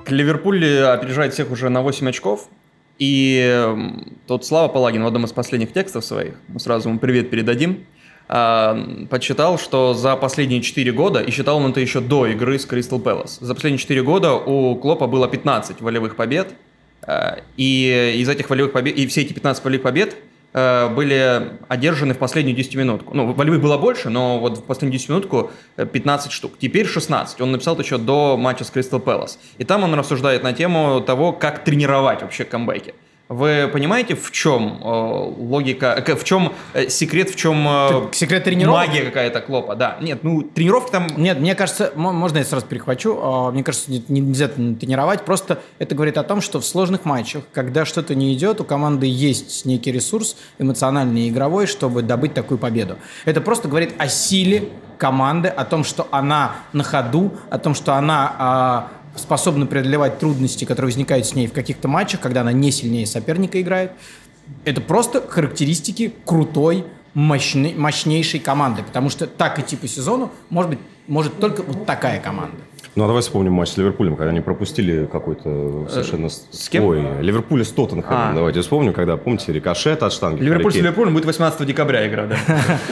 Ливерпуль опережает всех уже на 8 очков. И тут Слава Палагин в одном из последних текстов своих, мы сразу ему привет передадим, подсчитал, что за последние 4 года, и считал он это еще до игры с Кристал Пэлас, за последние 4 года у Клопа было 15 волевых побед, и из этих волевых побед, и все эти 15 волевых побед были одержаны в последнюю 10-минутку. Ну, волевых было больше, но вот в последнюю 10-минутку 15 штук. Теперь 16. Он написал это еще до матча с Кристал Пэлас. И там он рассуждает на тему того, как тренировать вообще камбэки. Вы понимаете, в чем логика, в чем секрет, в чем секрет тренировок? Магия какая-то Клопа? Да. Нет, ну тренировки там... Нет, мне кажется, можно я сразу перехвачу, мне кажется, нельзя тренировать, просто это говорит о том, что в сложных матчах, когда что-то не идет, у команды есть некий ресурс эмоциональный и игровой, чтобы добыть такую победу. Это просто говорит о силе команды, о том, что она на ходу, о том, что она... способна преодолевать трудности, которые возникают с ней в каких-то матчах, когда она не сильнее соперника играет. Это просто характеристики крутой, мощнейшей команды, потому что так идти по сезону может только вот такая команда. Ну, а давай вспомним матч с Ливерпулем, когда они пропустили какой-то совершенно... С кем? Ой, Ливерпуль с Тоттенхэмом. Давайте вспомним, когда, помните, рикошет от штанги. Ливерпуль с Ливерпулем будет 18 декабря игра, да?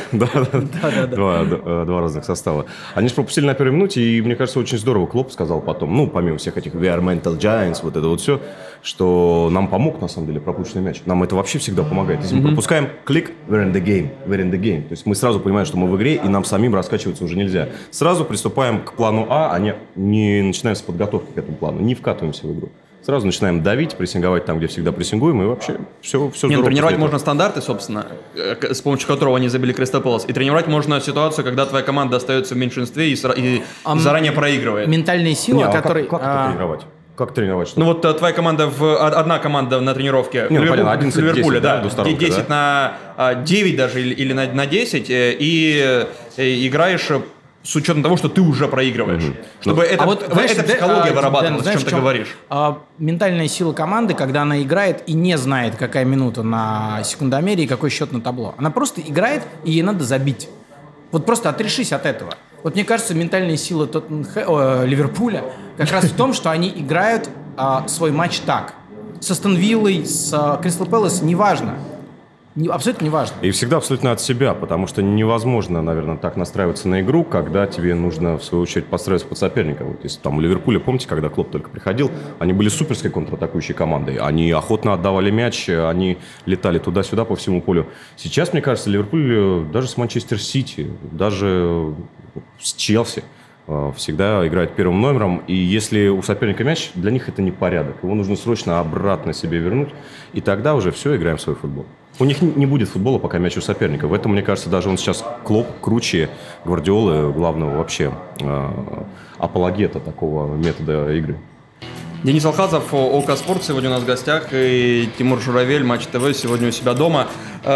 Да. Два разных состава. Они же пропустили на первой минуте, и, мне кажется, очень здорово Клоп сказал потом, ну, помимо всех этих We are mental giants, вот это вот все, что нам помог, на самом деле, пропущенный мяч. Нам это вообще всегда помогает. Если мы пропускаем, клик, we're in the game. То есть мы сразу понимаем, что мы в игре, и нам самим раскачиваться уже нельзя. Сразу приступаем к плану А не начинаем с подготовки к этому плану, не вкатываемся в игру. Сразу начинаем давить, прессинговать там, где всегда прессингуем, и вообще все здорово. Тренировать можно стандарты, собственно, с помощью которого они забили Кристал Пэлас. И тренировать можно ситуацию, когда твоя команда остается в меньшинстве и заранее проигрывает. Ментальные силы, которые... Как это тренировать? Как тренировать? Что? Ну вот твоя команда, одна команда на тренировке Ливерпуля, да, 10 на 9 даже или на 10, и играешь с учетом того, что ты уже проигрываешь. Чтобы эта психология вырабатывалась, о чем ты говоришь. Ментальная сила команды, когда она играет и не знает, какая минута на секундомере и какой счет на табло. Она просто играет, и ей надо забить. Вот просто отрешись от этого. Вот мне кажется, ментальная сила Ливерпуля как раз в том, что они играют свой матч так. С Астон Виллой, с Кристал Пэлас, неважно. Абсолютно неважно. И всегда абсолютно от себя, потому что невозможно, наверное, так настраиваться на игру, когда тебе нужно, в свою очередь, подстраиваться под соперника. Вот если там у Ливерпуля, помните, когда Клоп только приходил, они были суперской контратакующей командой. Они охотно отдавали мяч, они летали туда-сюда по всему полю. Сейчас, мне кажется, Ливерпуль даже с Манчестер Сити, даже с Челси всегда играет первым номером. И если у соперника мяч, для них это не порядок. Его нужно срочно обратно себе вернуть. И тогда уже все, играем в свой футбол. У них не будет футбола, пока мяч у соперника. В этом, мне кажется, даже он сейчас Клоп круче Гвардиолы, главного вообще апологета такого метода игры. Денис Алхазов, ОК Спорт, сегодня у нас в гостях, и Тимур Журавель, Матч ТВ, сегодня у себя дома.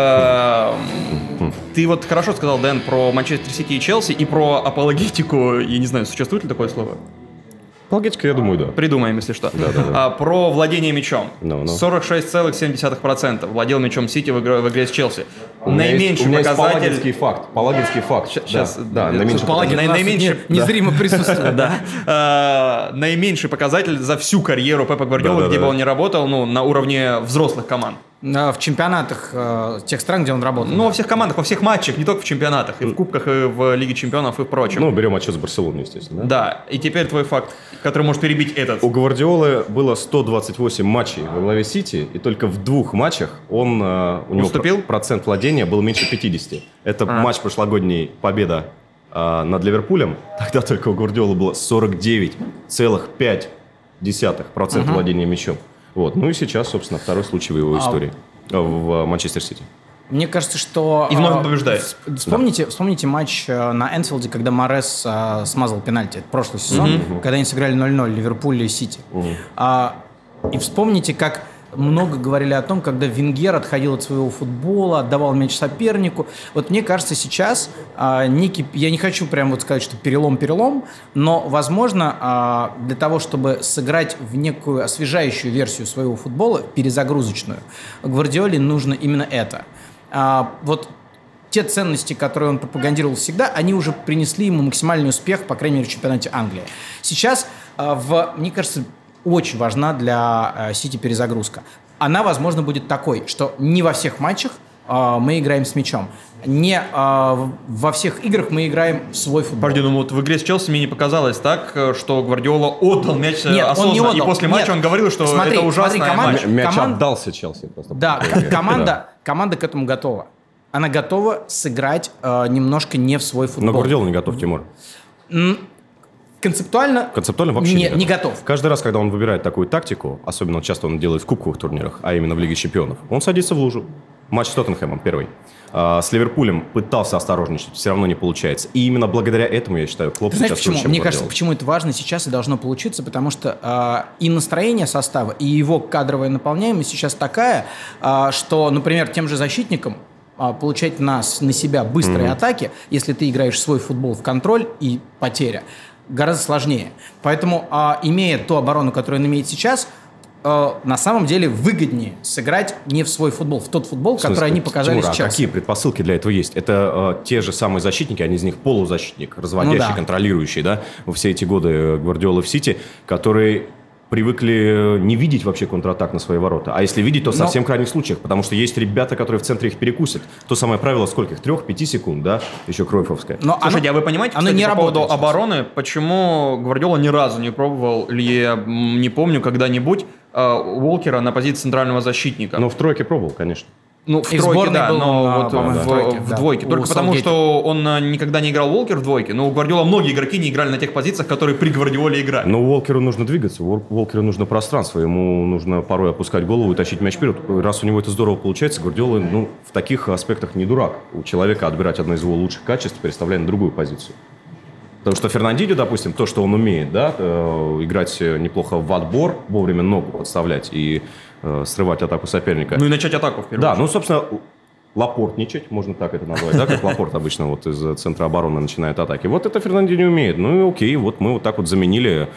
Ты вот хорошо сказал, Дэн, про Манчестер Сити и Челси, и про апологетику, я не знаю, существует ли такое слово? Апологетика, я думаю, да. Придумаем, если что. Да. Про владение мячом. 46,7% владел мячом Сити в игре с Челси. Наименьший показатель... Палагинский факт. Сейчас. Да, наименьший... Незримо присутствует. Да. Наименьший показатель за всю карьеру Пепа Гвардиолы, где бы он ни работал, на уровне взрослых команд. В чемпионатах тех стран, где он работал. Ну, во всех командах, во всех матчах, не только в чемпионатах, и в кубках, и в Лиге чемпионов, и в прочем. Ну, берем отчет с Барселоной, естественно. Да, и теперь твой факт, который может перебить этот. У Гвардиолы было 128 матчей во главе Сити, и только в 2 матчах у него процент владения был меньше 50. Это матч прошлогодний, победа над Ливерпулем. Тогда только у Гвардиолы было 49,5% владения мячом. Вот. Ну и сейчас, собственно, второй случай в его истории в Манчестер Сити. Мне кажется, что... И вновь он побеждает. Вспомните матч на Энфилде, когда Морес смазал пенальти. Это прошлый сезон, когда они сыграли 0-0 Ливерпуль и Сити. И вспомните, как много говорили о том, когда Венгер отходил от своего футбола, отдавал мяч сопернику. Вот мне кажется, сейчас некий... Я не хочу прям вот сказать, что перелом, но, возможно, для того, чтобы сыграть в некую освежающую версию своего футбола, перезагрузочную, Гвардиоле нужно именно это. Вот те ценности, которые он пропагандировал всегда, они уже принесли ему максимальный успех, по крайней мере, в чемпионате Англии. Сейчас, мне кажется, очень важна для Сити перезагрузка. Она, возможно, будет такой, что не во всех матчах мы играем с мячом. Не во всех играх мы играем в свой футбол. Пардон, ну вот в игре с Челси мне не показалось так, что Гвардиола отдал мяч осознанно. Он не отдал. И после матча он говорил, что это ужасный матч. Мяч отдался Челси. Просто. Да, команда к этому готова. Она готова сыграть немножко не в свой футбол. Но Гвардиола не готов, Тимур. Концептуально вообще не готов. Каждый раз, когда он выбирает такую тактику, особенно часто он делает в кубковых турнирах, а именно в Лиге чемпионов, он садится в лужу. Матч с Тоттенхэмом первый. С Ливерпулем пытался осторожничать, все равно не получается. И именно благодаря этому, я считаю, Клопп сейчас почему? лучше, чем Мне Гвардиола. кажется, почему это важно сейчас и должно получиться, потому что и настроение состава, и его кадровая наполняемость сейчас такая, что, например, тем же защитникам получать на себя быстрые атаки, если ты играешь в свой футбол в контроль и потеря, гораздо сложнее. Поэтому, имея ту оборону, которую он имеет сейчас, на самом деле выгоднее сыграть не в свой футбол, в тот футбол, который они показали Тимур, сейчас. А какие предпосылки для этого есть? Это те же самые защитники, один из них полузащитник, разводящий, контролирующий, да, во все эти годы Гвардиолы в Сити, которые привыкли не видеть вообще контратак на свои ворота. А если видеть, то совсем в крайних случаях. Потому что есть ребята, которые в центре их перекусят. То самое правило скольких? 3-5 секунд, да? Еще кройфовское. Слушайте, а вы понимаете, кстати, не по поводу сейчас. обороны, почему Гвардиола ни разу не пробовал, или я не помню когда-нибудь, Уолкера на позиции центрального защитника? Но в тройке пробовал, конечно. Ну, в тройке, да, но вот в двойке. У Только потому, что он никогда не играл Уолкер в двойке. Но у Гвардиола многие игроки не играли на тех позициях, которые при Гвардиоле играли. Но Уолкеру нужно двигаться, Уолкеру нужно пространство. Ему нужно порой опускать голову и тащить мяч вперед. Раз у него это здорово получается, Гвардиола в таких аспектах не дурак. У человека отбирать одно из его лучших качеств, переставляя на другую позицию. Потому что Фернандиньо, допустим, то, что он умеет, да, играть неплохо в отбор, вовремя ногу подставлять и срывать атаку соперника. Ну и начать атаку в первую Да, очередь. собственно, лапортничать, можно так это назвать, да, как Лапорт обычно вот из центра обороны начинает атаки. Вот это Фернандиньо умеет. Ну и окей, вот мы вот так вот заменили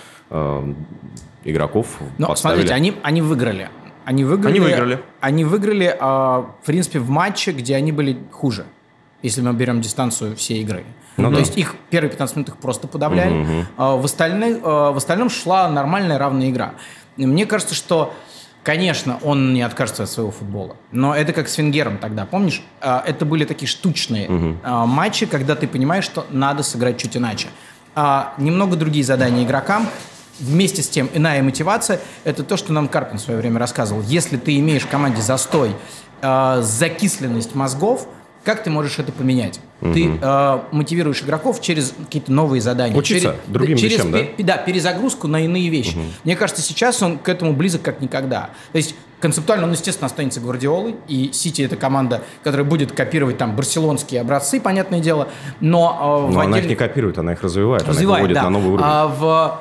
игроков, подставили. Смотрите, они выиграли. Они выиграли, в принципе, в матче, где они были хуже, если мы берем дистанцию всей игры. То есть их первые 15 минут их просто подавляли. В остальном шла нормальная равная игра. И мне кажется, что, конечно, он не откажется от своего футбола. Но это как с Венгером тогда, помнишь? Это были такие штучные матчи, когда ты понимаешь, что надо сыграть чуть иначе. Немного другие задания игрокам. Вместе с тем, иная мотивация – это то, что нам Карпин в свое время рассказывал. Если ты имеешь в команде застой, закисленность мозгов, как ты можешь это поменять? Ты мотивируешь игроков через какие-то новые задания. Учиться другим вещам, да? Да, перезагрузку на иные вещи. Мне кажется, сейчас он к этому близок как никогда. То есть концептуально он, естественно, останется Гвардиолой, и Сити – это команда, которая будет копировать там барселонские образцы, понятное дело, но она их не копирует, она их развивает, она их выводит на новый уровень.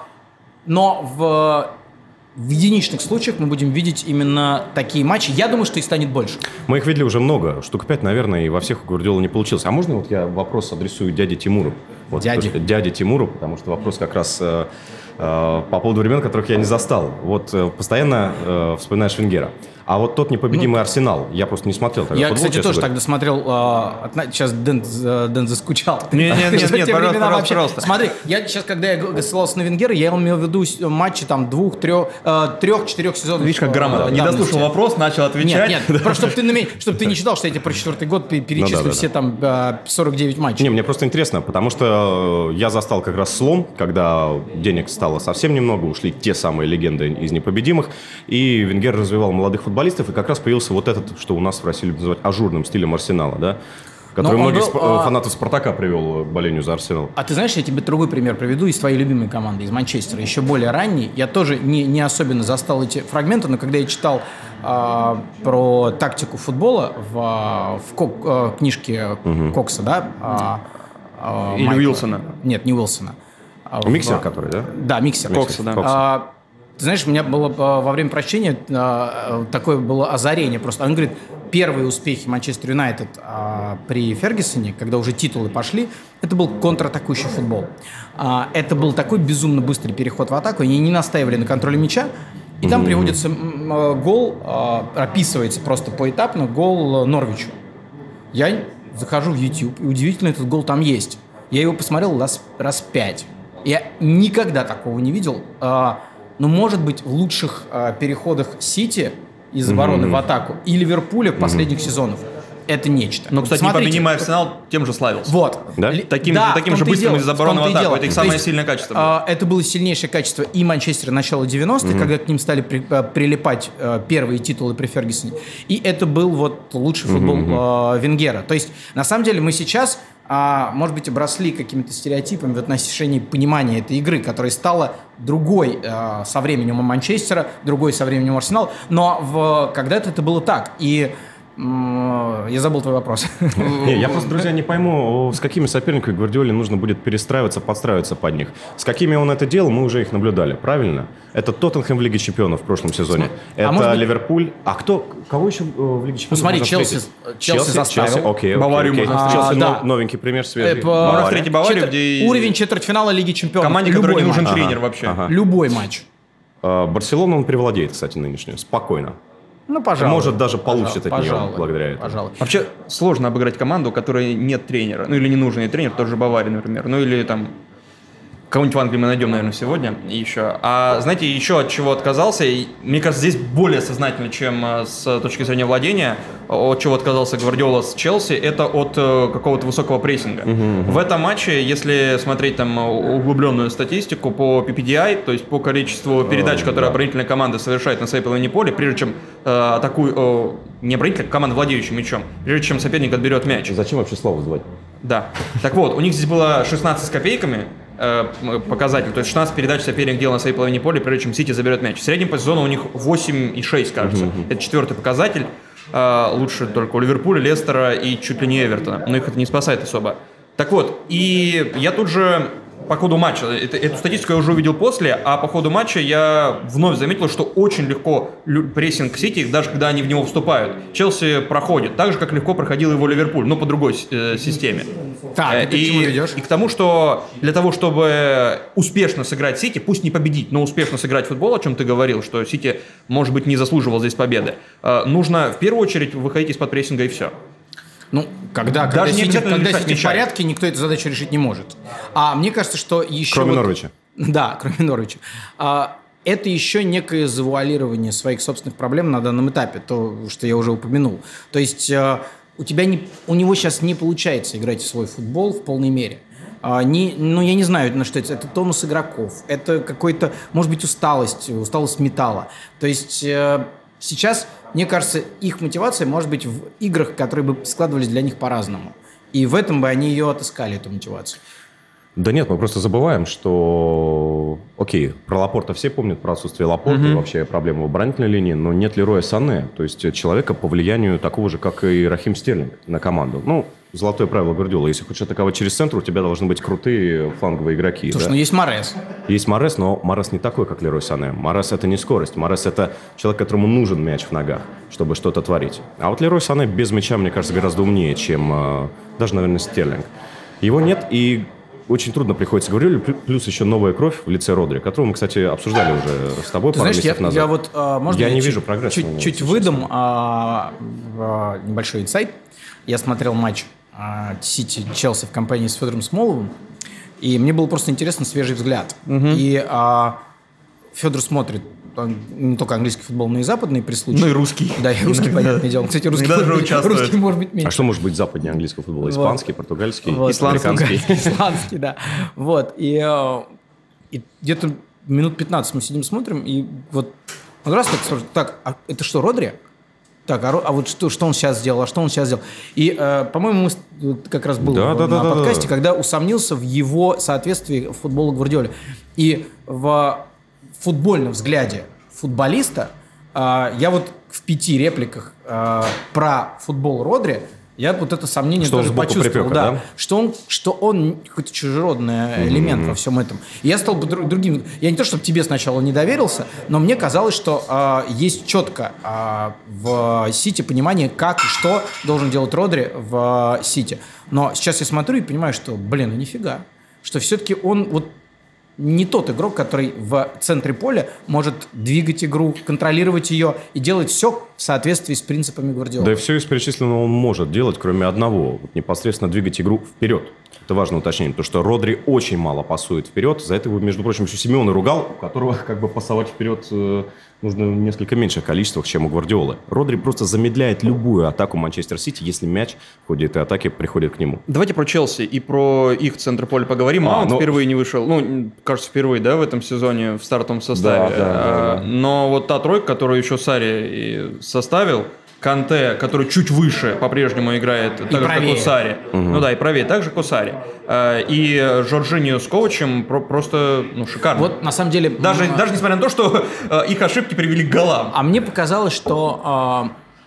Но в единичных случаях мы будем видеть именно такие матчи. Я думаю, что их станет больше. Мы их видели уже много. Штук 5, наверное, и во всех у Гвардиолы не получилось. А можно вот я вопрос адресую дяде Тимуру? Дяде Тимуру, потому что вопрос как раз по поводу времен, которых я не застал. Вот постоянно вспоминаешь Венгера. А вот тот непобедимый Арсенал, я просто не смотрел тогда. Я, кстати, тоже тогда смотрел. Сейчас Дэн заскучал. Нет, пожалуйста. Смотри, я сейчас, когда я ссылался на Венгера, я имел в виду матчи там 2-3-4 сезонов. Видишь, как грамотно. Не дослушал вопрос, начал отвечать. Нет, просто чтобы ты не считал, что я тебе про 4-й год перечислю все там 49 матчей. Не, мне просто интересно, потому что я застал как раз слом, когда денег стало совсем немного, ушли те самые легенды из непобедимых, и Венгер развивал молодых футболистов, и как раз появился вот этот, что у нас в России любят называть ажурным стилем Арсенала, да? Который многих фанатов Спартака привел к болению за Арсенал. А ты знаешь, я тебе другой пример приведу из твоей любимой команды, из Манчестера, еще более ранний. Я тоже не особенно застал эти фрагменты, но когда я читал про тактику футбола в книжке Кокса, да? Или Уилсона. Нет, не Уилсона. Миксер, который, да? Да, Миксер. Кокса, да. Ты знаешь, у меня было во время прочтения такое было озарение просто. Он говорит, первые успехи Манчестер Юнайтед при Фергюсоне, когда уже титулы пошли, это был контратакующий футбол. Это был такой безумно быстрый переход в атаку. Они не настаивали на контроле мяча. И там приводится гол, описывается просто поэтапно гол Норвичу. Я захожу в YouTube, и удивительно, этот гол там есть. Я его посмотрел раз 5. Я никогда такого не видел. но, может быть, в лучших переходах Сити из обороны в атаку и Ливерпуля в последних сезонах. Это нечто. Но, кстати, непобедимый Арсенал тем же славился. Вот. Да? Таким же быстрым из обороны в атаку. Это их самое сильное качество было. Это было сильнейшее качество и Манчестера начала 90-х, когда к ним стали прилипать первые титулы при Фергюсоне. И это был вот лучший футбол Венгера. То есть, на самом деле, мы сейчас, может быть, обросли какими-то стереотипами в отношении понимания этой игры, которая стала другой со временем у Манчестера, другой со временем у Арсенала. Но когда-то это было так. И я забыл твой вопрос. Я просто, друзья, не пойму, с какими соперниками Гвардиоле нужно будет перестраиваться, подстраиваться под них. С какими он это делал, мы уже их наблюдали, правильно? Это Тоттенхэм в Лиге Чемпионов в прошлом сезоне. Это Ливерпуль. А кого еще в Лиге Чемпионов? Смотри, Челси заставил. Окей. Баварию можно Челси новенький пример свежий. Третий Баварию, где... Уровень четвертьфинала Лиги Чемпионов. Команде, которой не нужен тренер вообще. Любой матч. Барселону он привладеет, кстати, нынешнюю. Спокойно. Ну, пожалуй. Может, даже получит от нее благодаря этому. Пожалуй. Вообще сложно обыграть команду, у которой нет тренера. Ну, или не нужен тренер, тот же Бавария, например. Ну, или там... Кого-нибудь в Англии мы найдем, наверное, сегодня еще. А знаете, еще от чего отказался? И, мне кажется, здесь более сознательно, чем с точки зрения владения. От чего отказался Гвардиола с Челси, это от какого-то высокого прессинга. В этом матче, если смотреть там углубленную статистику по PPDI, то есть по количеству передач, которые оборонительная команда совершает на своей половине поля, прежде чем не оборонительная команда, владеющая мячом, прежде чем соперник отберет мяч. Зачем вообще слово звать? Да. Так вот, у них здесь было 16 с копейками показатель, то есть 16 передач соперник делал на своей половине поля, прежде чем Сити заберет мяч. В среднем по сезону у них 8,6, кажется. Это 4-й показатель. Лучше только у Ливерпуля, Лестера и чуть ли не Эвертона. Но их это не спасает особо. Так вот, и я тут же по ходу матча, эту статистику я уже увидел после, а по ходу матча я вновь заметил, что очень легко прессинг Сити, даже когда они в него вступают, Челси проходит, так же, как легко проходил его Ливерпуль, но по другой системе. Так, ты к чему ведешь? И к тому, что для того, чтобы успешно сыграть Сити, пусть не победить, но успешно сыграть в футбол, о чем ты говорил, что Сити, может быть, не заслуживал здесь победы, нужно в первую очередь выходить из-под прессинга и все. Ну, когда Сити в порядке, никто эту задачу решить не может. А мне кажется, что еще... Кроме Норвича. Да, кроме Норвича. Это еще некое завуалирование своих собственных проблем на данном этапе, то, что я уже упомянул. То есть у него сейчас не получается играть в свой футбол в полной мере. Я не знаю, на что это. Это тонус игроков, это какой-то, может быть, усталость металла. То есть... Сейчас, мне кажется, их мотивация может быть в играх, которые бы складывались для них по-разному. И в этом бы они ее отыскали, эту мотивацию. Да нет, мы просто забываем, что... Окей, про Лапорта все помнят, про отсутствие Лапорта и вообще проблемы в оборонительной линии, но нет Лероя Сане, то есть человека по влиянию такого же, как и Рахим Стерлинг на команду. Ну, золотое правило Гвардиолы. Если хочешь атаковать через центр, у тебя должны быть крутые фланговые игроки. Слушай, да? Ну есть Морес. Есть Морес, но Морес не такой, как Лерой Сане. Морес – это не скорость. Морес – это человек, которому нужен мяч в ногах, чтобы что-то творить. А вот Лерой Сане без мяча, мне кажется, гораздо умнее, чем даже, наверное, Стерлинг. Его нет, и очень трудно приходится Гвардиоле, плюс еще новая кровь в лице Родри, которую мы, кстати, обсуждали уже с тобой пару месяцев назад. Я не вижу прогресса. Чуть выдам небольшой инсайт. Я смотрел матч Сити-Челси в компании с Федором Смоловым, и мне было просто интересно свежий взгляд. И Федор смотрит не только английский футбол, но и западный при случае. Ну и русский. Да, и русский, понятное дело. Кстати, русский может быть меньше. А что может быть западнее английского футбола? Испанский, португальский, американский? Исландский, да. Вот. И где-то минут 15 мы сидим, смотрим, и вот раз так, а это что, Родри? Так, а вот что он сейчас сделал, И, по-моему, мы как раз был на подкасте, когда усомнился в его соответствии футболу Гвардиоле. И в футбольном взгляде футболиста я вот в 5 репликах про футбол Родри я вот это сомнение что тоже почувствовал. Припека, да? Что он какой-то чужеродный элемент во всем этом. И я стал бы другим. Я не то, чтобы тебе сначала не доверился, но мне казалось, что есть четко в Сити понимание, как и что должен делать Родри в Сити. Но сейчас я смотрю и понимаю, что, нифига. Что все-таки он вот не тот игрок, который в центре поля может двигать игру, контролировать ее и делать все в соответствии с принципами Гвардиолы. Да и все из перечисленного он может делать, кроме одного. Вот непосредственно двигать игру вперед. Это важное уточнение, потому что Родри очень мало пасует вперед. За это его, между прочим, еще Симеоне ругал, у которого как бы пасовать вперед нужно в несколько меньших количествах, чем у Гвардиолы. Родри просто замедляет любую атаку Манчестер Сити, если мяч в ходе этой атаки приходит к нему. Давайте про Челси и про их центр поля поговорим. Он впервые не вышел, кажется, впервые, да, в этом сезоне в стартовом составе. Да. Но вот та тройка, которую еще Сарри составил, Канте, который чуть выше по-прежнему играет, так же, как у Сарри. И правее, так же, как у Сарри. И Жоржиньо с Ковачем просто шикарно. Вот, на самом деле... Даже несмотря на то, что их ошибки привели к голам. А мне показалось, что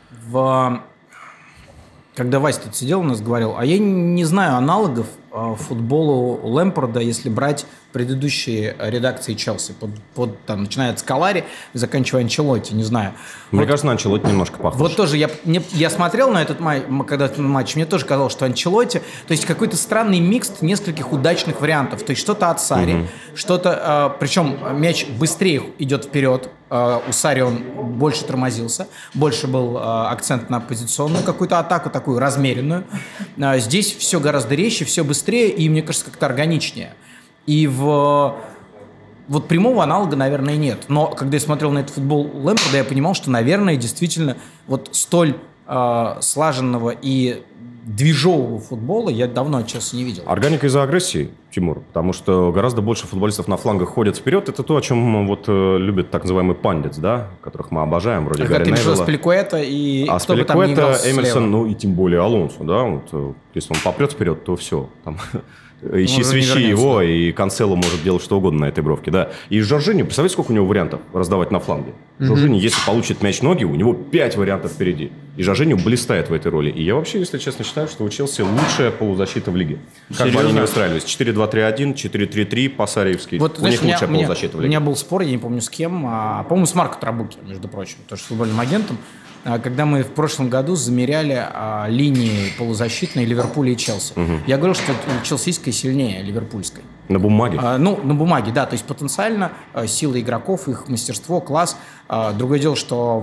когда Вася тут сидел, у нас говорил, а я не знаю аналогов футболу Лэмпарда, если брать предыдущие редакции Челси, начиная от Сколари, заканчивая Анчелотти, не знаю. Мне кажется, на Анчелотти немножко похож. Вот тоже я смотрел на этот матч, мне тоже казалось, что Анчелотти, то есть какой-то странный микс нескольких удачных вариантов, то есть что-то от Сарри, что-то, причем мяч быстрее идет вперед, у Сарри он больше тормозился, больше был акцент на позиционную какую-то атаку, такую размеренную. Здесь все гораздо резче, все быстрее и, мне кажется, как-то органичнее. И вот прямого аналога, наверное, нет. Но когда я смотрел на этот футбол Лэмпарда, я понимал, что, наверное, действительно вот столь слаженного и движового футбола я давно от Челси не видел. Органика из-за агрессии, Тимур, потому что гораздо больше футболистов на флангах ходят вперед. Это то, о чем любят так называемый пандитс, да, которых мы обожаем, вроде Гарри Невилла. Ты решил Аспиликуэта и кто бы там ни играл слева. Эмерсон, и тем более Алонсо, да, если он попрет вперед, то все, там... Ищи, свищи его, и Канцело может делать что угодно на этой бровке, да. И Жоржиньо, представляете, сколько у него вариантов раздавать на фланге? Жоржиньо, если получит мяч в ноги, у него 5 вариантов впереди. И Жоржиньо блистает в этой роли. И я вообще, если честно, считаю, что у Челси лучшая полузащита в лиге. Как бы они не выстраивались. 4-2-3-1, 4-3-3, по-сарьевски. Вот, у них лучшая полузащита в лиге. У меня был спор, я не помню с кем, по-моему, с Марко Трабуки, между прочим, тоже с футбольным агентом, когда мы в прошлом году замеряли линии полузащитные Ливерпуля и Челси. Я говорил, что челсийская сильнее ливерпульской. На бумаге? На бумаге, да. То есть потенциально сила игроков, их мастерство, класс. Другое дело, что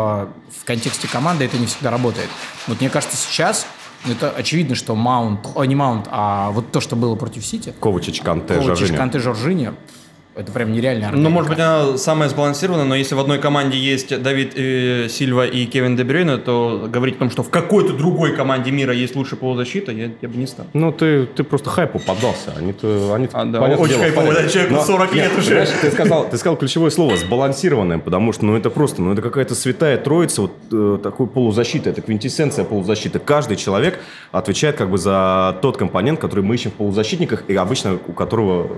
в контексте команды это не всегда работает. Вот мне кажется, сейчас это очевидно, что не Маунт, а вот то, что было против Сити. Ковачич, Канте, Жоржиньо. Это прям нереальная органика. Может быть, она самая сбалансированная, но если в одной команде есть Давид Сильва и Кевин Де Брюйне, то говорить о том, что в какой-то другой команде мира есть лучшая полузащита, я бы не стал. Ты просто хайпу поддался. Они очень хайповый, да, человеку 40 лет уже. Ты сказал ключевое слово «сбалансированное», потому что это какая-то святая троица такой полузащиты, это квинтэссенция полузащиты. Каждый человек отвечает как бы за тот компонент, который мы ищем в полузащитниках, и обычно у которого...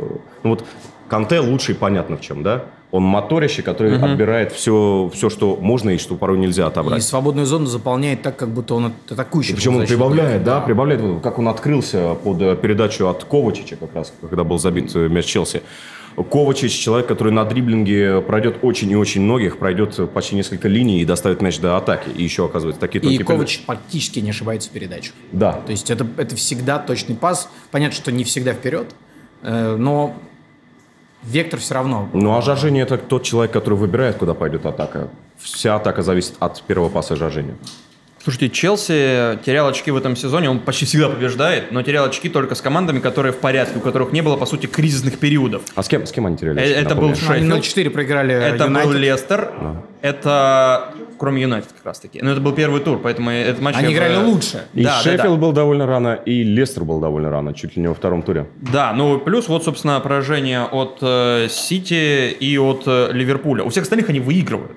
Канте лучший, понятно в чем, да? Он моторище, который отбирает все, что можно и что порой нельзя отобрать. И свободную зону заполняет так, как будто он атакующий. Причем он прибавляет, как он открылся под передачу от Ковачича, как раз, когда был забит мяч Челси. Ковачич, человек, который на дриблинге пройдет очень и очень многих, пройдет почти несколько линий и доставит мяч до атаки. И еще, оказывается, такие тонкие передачи. И Ковач практически не ошибается в передачу. Да. То есть это всегда точный пас. Понятно, что не всегда вперед, но... Вектор все равно. А Жоржиньо – это тот человек, который выбирает, куда пойдет атака. Вся атака зависит от первого паса Жоржиньо. Слушайте, Челси терял очки в этом сезоне, он почти всегда побеждает, но терял очки только с командами, которые в порядке, у которых не было, по сути, кризисных периодов. А с кем они теряли очки? Это был Шеффилд. 0-4 проиграли Это Юнайтед. был Лестер. Это, кроме Юнайтед как раз-таки. Но это был первый тур, поэтому этот матч... Они играли лучше. И Шеффилд был довольно рано, и Лестер был довольно рано, чуть ли не во втором туре. Да, плюс собственно, поражение от Сити и от Ливерпуля. У всех остальных они выигрывают.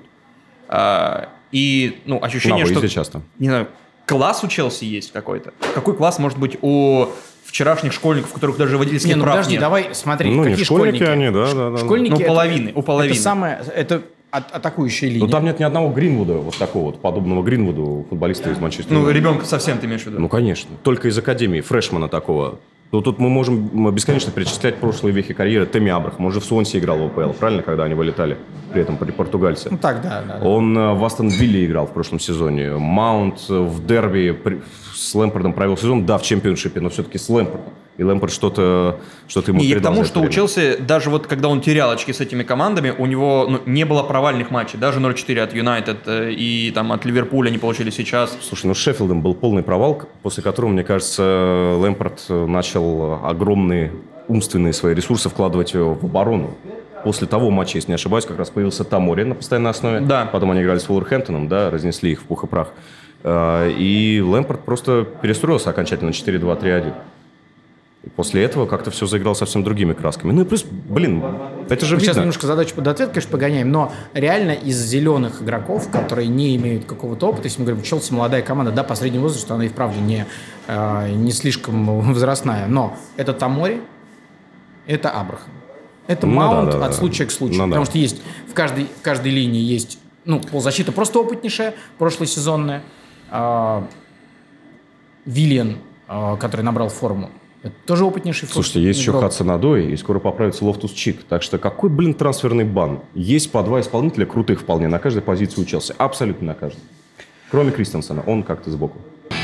И, ощущение, что... часто. Не знаю, класс у Челси есть какой-то. Какой класс может быть у вчерашних школьников, у которых даже водительских прав подожди, нет? давай смотри, какие школьники они, да. Школьники у половины. Это атакующая линия. Там нет ни одного Гринвуда, такого подобного Гринвуду, футболиста из Манчестера. Ребенка совсем ты имеешь в виду? Конечно. Только из академии, фрешмана такого. Тут мы можем бесконечно перечислять прошлые вехи карьеры. Тэмми Абрахам, он же в Суонси играл в АПЛ, правильно, когда они вылетали, при этом при португальце. Да. Он в Астон Вилле играл в прошлом сезоне. Маунт в дерби с Лэмпардом провел сезон, в чемпионшипе, но все-таки с Лэмпардом. И Лэмпард что-то ему и к передал. тому, что у Челси, даже вот когда он терял очки с этими командами, у него не было провальных матчей. Даже 0-4 от Юнайтед и там, от Ливерпуля они получили сейчас. Слушай, с Шеффилдом был полный провал, после которого, мне кажется, Лэмпард начал огромные умственные свои ресурсы вкладывать в оборону. После того матча, если не ошибаюсь, как раз появился Тамори на постоянной основе. Да. Потом они играли с Вулверхэмптоном, да, разнесли их в пух и прах. И Лэмпард просто перестроился окончательно 4-2-3-1. И после этого как-то все заиграло совсем другими красками. Ну и плюс, это же мы видно. Сейчас немножко задачу под ответ, конечно, погоняем, но реально из зеленых игроков, которые не имеют какого-то опыта, если мы говорим, Челси молодая команда, да, по среднему возрасту она и вправду не слишком возрастная, но это Тамори, это Абрахам. Это Маунт от случая к случаю. Потому что есть в каждой линии есть полузащита просто опытнейшая, прошлосезонная. Виллиан, который набрал форму, это тоже опытнейший. Слушайте, есть еще Хадсон-Одой, и скоро поправится Лофтус-Чик. Так что какой, трансферный бан? Есть по 2 исполнителя крутых вполне на каждой позиции у Челси. Абсолютно на каждой. Кроме Кристенсена. Он как-то сбоку.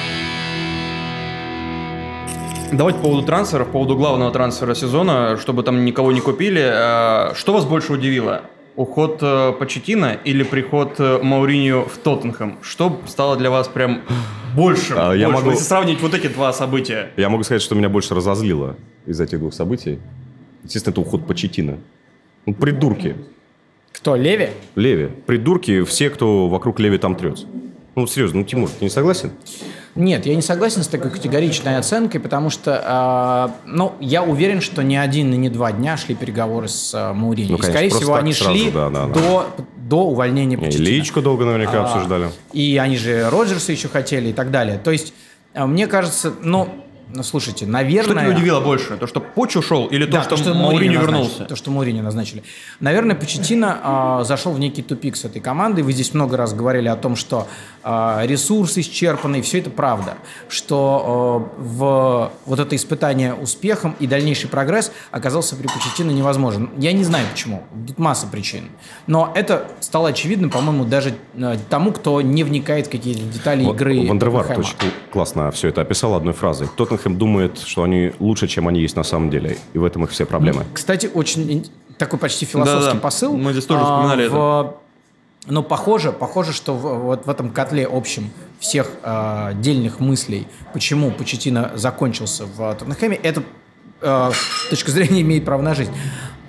Давайте по поводу трансфера, по поводу главного трансфера сезона, чтобы там никого не купили. Что вас больше удивило? Уход Почеттино или приход Мауриньо в Тоттенхэм? Что стало для вас прям больше? Если сравнить вот эти два события. Я могу сказать, что меня больше разозлило из этих двух событий. Естественно, это уход Почеттино. Придурки. Кто, Леви? Леви. Придурки, все, кто вокруг Леви там трется. Серьезно, Тимур, ты не согласен? Нет, я не согласен с такой категоричной оценкой, потому что, я уверен, что не один и не 2 дня шли переговоры с Мауриньо. Конечно, скорее всего, они шли до увольнения Почеттино. И Личку долго наверняка обсуждали. И они же Роджерса еще хотели и так далее. То есть, мне кажется, слушайте, наверное... Что тебя удивило больше? То, что Поч ушел, или то, что Мауриньо вернулся? То, что Мауриньо назначили. Наверное, Почеттино зашел в некий тупик с этой командой. Вы здесь много раз говорили о том, что ресурсы исчерпаны, и все это правда. Что вот это испытание успехом и дальнейший прогресс оказался при Почеттино невозможен. Я не знаю почему. Тут масса причин. Но это стало очевидным, по-моему, даже тому, кто не вникает в какие-то детали игры. Вандерварт очень классно все это описал одной фразой. Тоттенхэм думает, что они лучше, чем они есть на самом деле. И в этом их все проблемы. Кстати, очень такой почти философский посыл. Мы здесь тоже вспоминали это. Но похоже, что вот в этом котле общем всех дельных мыслей, почему Почеттино закончился в Тоттенхэме, это с точки зрения имеет право на жизнь.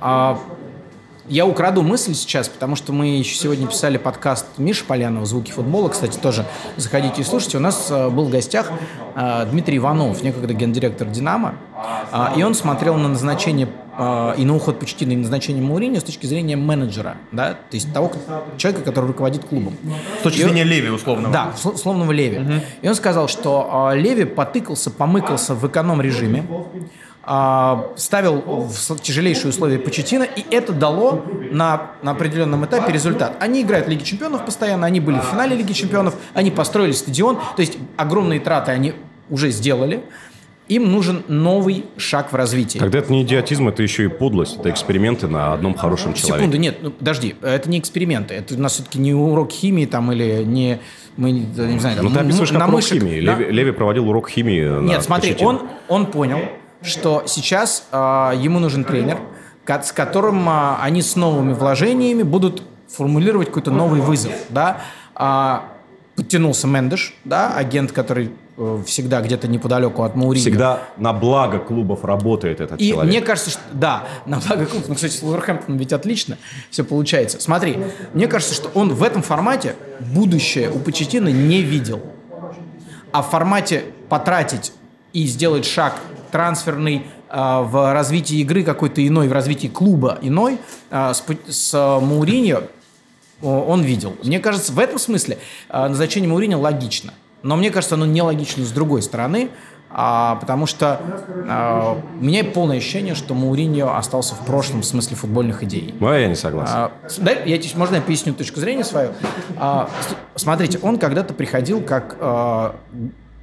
Я украду мысль сейчас, потому что мы еще сегодня писали подкаст Миши Полянова «Звуки футбола». Кстати, тоже заходите и слушайте. У нас был в гостях Дмитрий Иванов, некогда гендиректор «Динамо». И он смотрел на назначение и на уход Почеттино, и на назначение Мауриньо с точки зрения менеджера, да, то есть того человека, который руководит клубом. С точки зрения Леви условного. Да, условного Леви. Угу. И он сказал, что Леви помыкался в эконом-режиме, ставил в тяжелейшие условия Почеттино, и это дало на определенном этапе результат. Они играют в Лиге Чемпионов постоянно, они были в финале Лиги Чемпионов, они построили стадион, то есть огромные траты они уже сделали. Им нужен новый шаг в развитии. Тогда это не идиотизм, это еще и подлость. Это эксперименты на одном хорошем человеке. Секунду, нет, подожди, это не эксперименты. Это у нас все-таки не урок химии там или не... Мы не знаю, там, ты описываешь как урок химии. Леви проводил урок химии. Нет, смотри, он понял, что сейчас ему нужен тренер, с которым они с новыми вложениями будут формулировать какой-то новый вызов. Да? Подтянулся Мендеш, да, агент, который всегда где-то неподалеку от Мауриньо. Всегда на благо клубов работает этот человек. И мне кажется, что да, на благо клубов. Ну, кстати, с Вулверхэмптоном ведь отлично все получается. Смотри, мне кажется, что он в этом формате будущее у Почеттино не видел. А в формате потратить и сделать шаг трансферный в развитии игры какой-то иной, в развитии клуба иной, с Мауриньо он видел. Мне кажется, в этом смысле назначение Мауриньо логично. Но мне кажется, оно нелогично с другой стороны, потому что у меня полное ощущение, что Мауриньо остался в прошлом в смысле футбольных идей. Ну, я не согласен. Можно я поясню точку зрения свою? Смотрите, он когда-то приходил как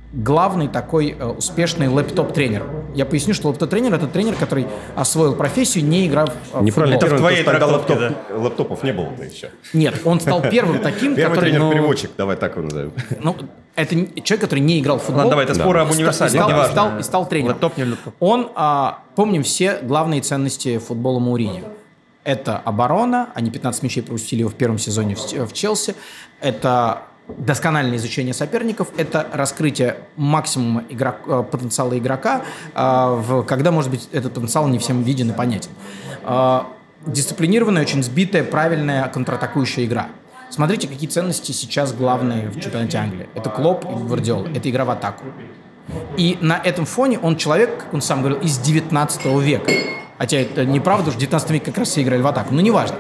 главный такой успешный лэптоп-тренер. Я поясню, что лэптоп-тренер – это тренер, который освоил профессию, не играв в Неправильно, футбол. Это в твоей тогда трактовке, лэптопов не было-то еще. Нет, он стал первым таким, Первый который... тренер-переводчик, давай так его назовем. Ну, это человек, который не играл в футбол. Ладно, давай, это споры об универсале, И стал тренером. Лэптоп, не лэптоп. Он, помним все главные ценности футбола Мауриньо. Это оборона, они 15 мячей пропустили его в первом сезоне в Челси. Это доскональное изучение соперников, это раскрытие максимума потенциала игрока, когда, может быть, этот потенциал не всем виден и понятен. Дисциплинированная, очень сбитая, правильная контратакующая игра. Смотрите, какие ценности сейчас главные в чемпионате Англии. Это Клопп и Гвардиола. Это игра в атаку. И на этом фоне он человек, как он сам говорил, из 19 века. Хотя это неправда, что в 19 веке как раз все играли в атаку. Но неважно.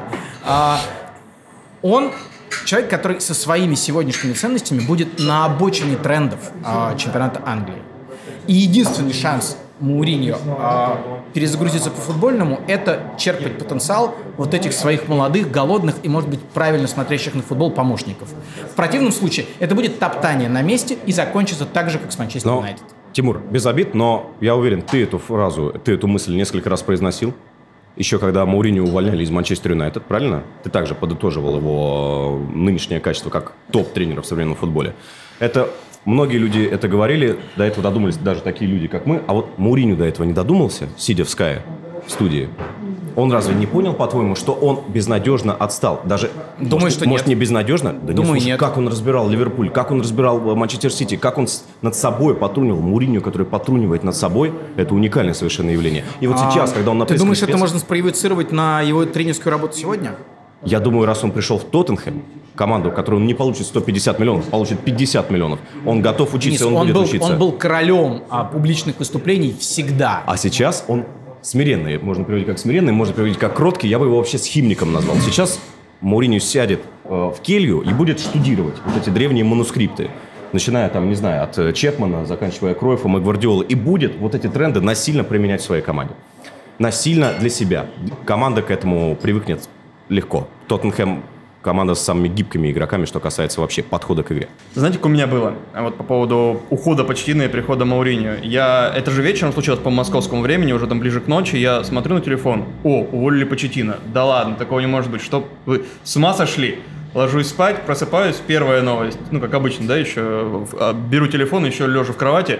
Он человек, который со своими сегодняшними ценностями будет на обочине трендов чемпионата Англии. И единственный шанс Мауриньо перезагрузиться по-футбольному – это черпать потенциал вот этих своих молодых, голодных и, может быть, правильно смотрящих на футбол помощников. В противном случае это будет топтание на месте и закончится так же, как с Манчестер Юнайтед. Тимур, без обид, но я уверен, ты эту мысль несколько раз произносил. Еще когда Мауриньо увольняли из Манчестер Юнайтед, правильно? Ты также подытоживал его нынешнее качество как топ-тренера в современном футболе. Многие люди это говорили, до этого додумались даже такие люди, как мы. А вот Мауриньо до этого не додумался, сидя в Sky в студии. Он разве не понял, по-твоему, что он безнадежно отстал? Даже, думаю, что может, нет. не безнадежно? Да думаю, нет, слушай, нет. как он разбирал Ливерпуль, как он разбирал Манчестер Сити, как он над собой потрунивал. Мауриньо, который потрунивает над собой, это уникальное совершенно явление. И вот сейчас, когда он на Ты думаешь, пресс-конференции... это можно спроецировать на его тренерскую работу сегодня? Я думаю, раз он пришел в Тоттенхэм, команду, которую он не получит 150 миллионов, получит 50 миллионов, он готов учиться, Денис, он будет учиться. Он был королем публичных выступлений всегда. А сейчас он смиренный. Можно приводить как смиренный, можно приводить как кроткий. Я бы его вообще схимником назвал. Сейчас Мауриньо сядет в келью и будет штудировать вот эти древние манускрипты. Начиная там, не знаю, от Чепмана, заканчивая Кройфом и Гвардиолой. И будет вот эти тренды насильно применять в своей команде. Насильно для себя. Команда к этому привыкнет легко. Тоттенхэм команда с самыми гибкими игроками, что касается вообще подхода к игре. Знаете, как у меня было? Вот по поводу ухода Почеттино и прихода Мауриньо. Это же вечером случилось по московскому времени, уже там ближе к ночи. Я смотрю на телефон. Уволили Почеттино. Да ладно, такого не может быть. Что вы с ума сошли? Ложусь спать, просыпаюсь, первая новость. Как обычно, да, еще беру телефон, еще лежа в кровати.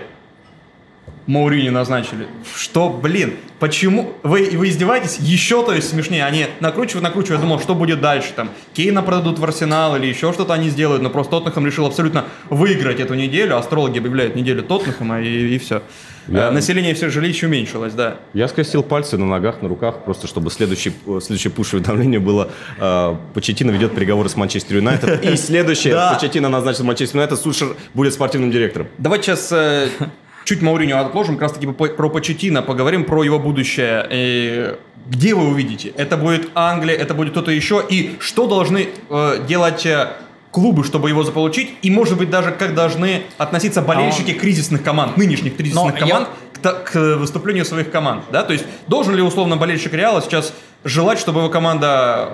Мауриньо назначили. Что, блин, почему? Вы издеваетесь? Еще, то есть, смешнее. Они накручивают. Я думал, что будет дальше. Там Кейна продадут в Арсенал или еще что-то они сделают. Но просто Тоттенхэм решил абсолютно выиграть эту неделю. Астрологи объявляют неделю Тоттенхэма, и все. Население все жилищ уменьшилось, да. Я скрестил пальцы на ногах, на руках, просто чтобы следующее пуш-уведомление было: Почеттино ведет переговоры с Манчестер Юнайтед. И следующее: Почеттино назначит Манчестер Юнайтед, Сульшер будет спортивным директором. Давайте сейчас... Чуть Мауриньо отложим, как раз таки про Почеттино поговорим, про его будущее. Где вы увидите? Это будет Англия, это будет кто-то еще? И что должны делать клубы, чтобы его заполучить? И, может быть, даже как должны относиться болельщики кризисных команд, нынешних кризисных команд, к выступлению своих команд? Да? То есть должен ли, условно, болельщик Реала сейчас желать, чтобы его команда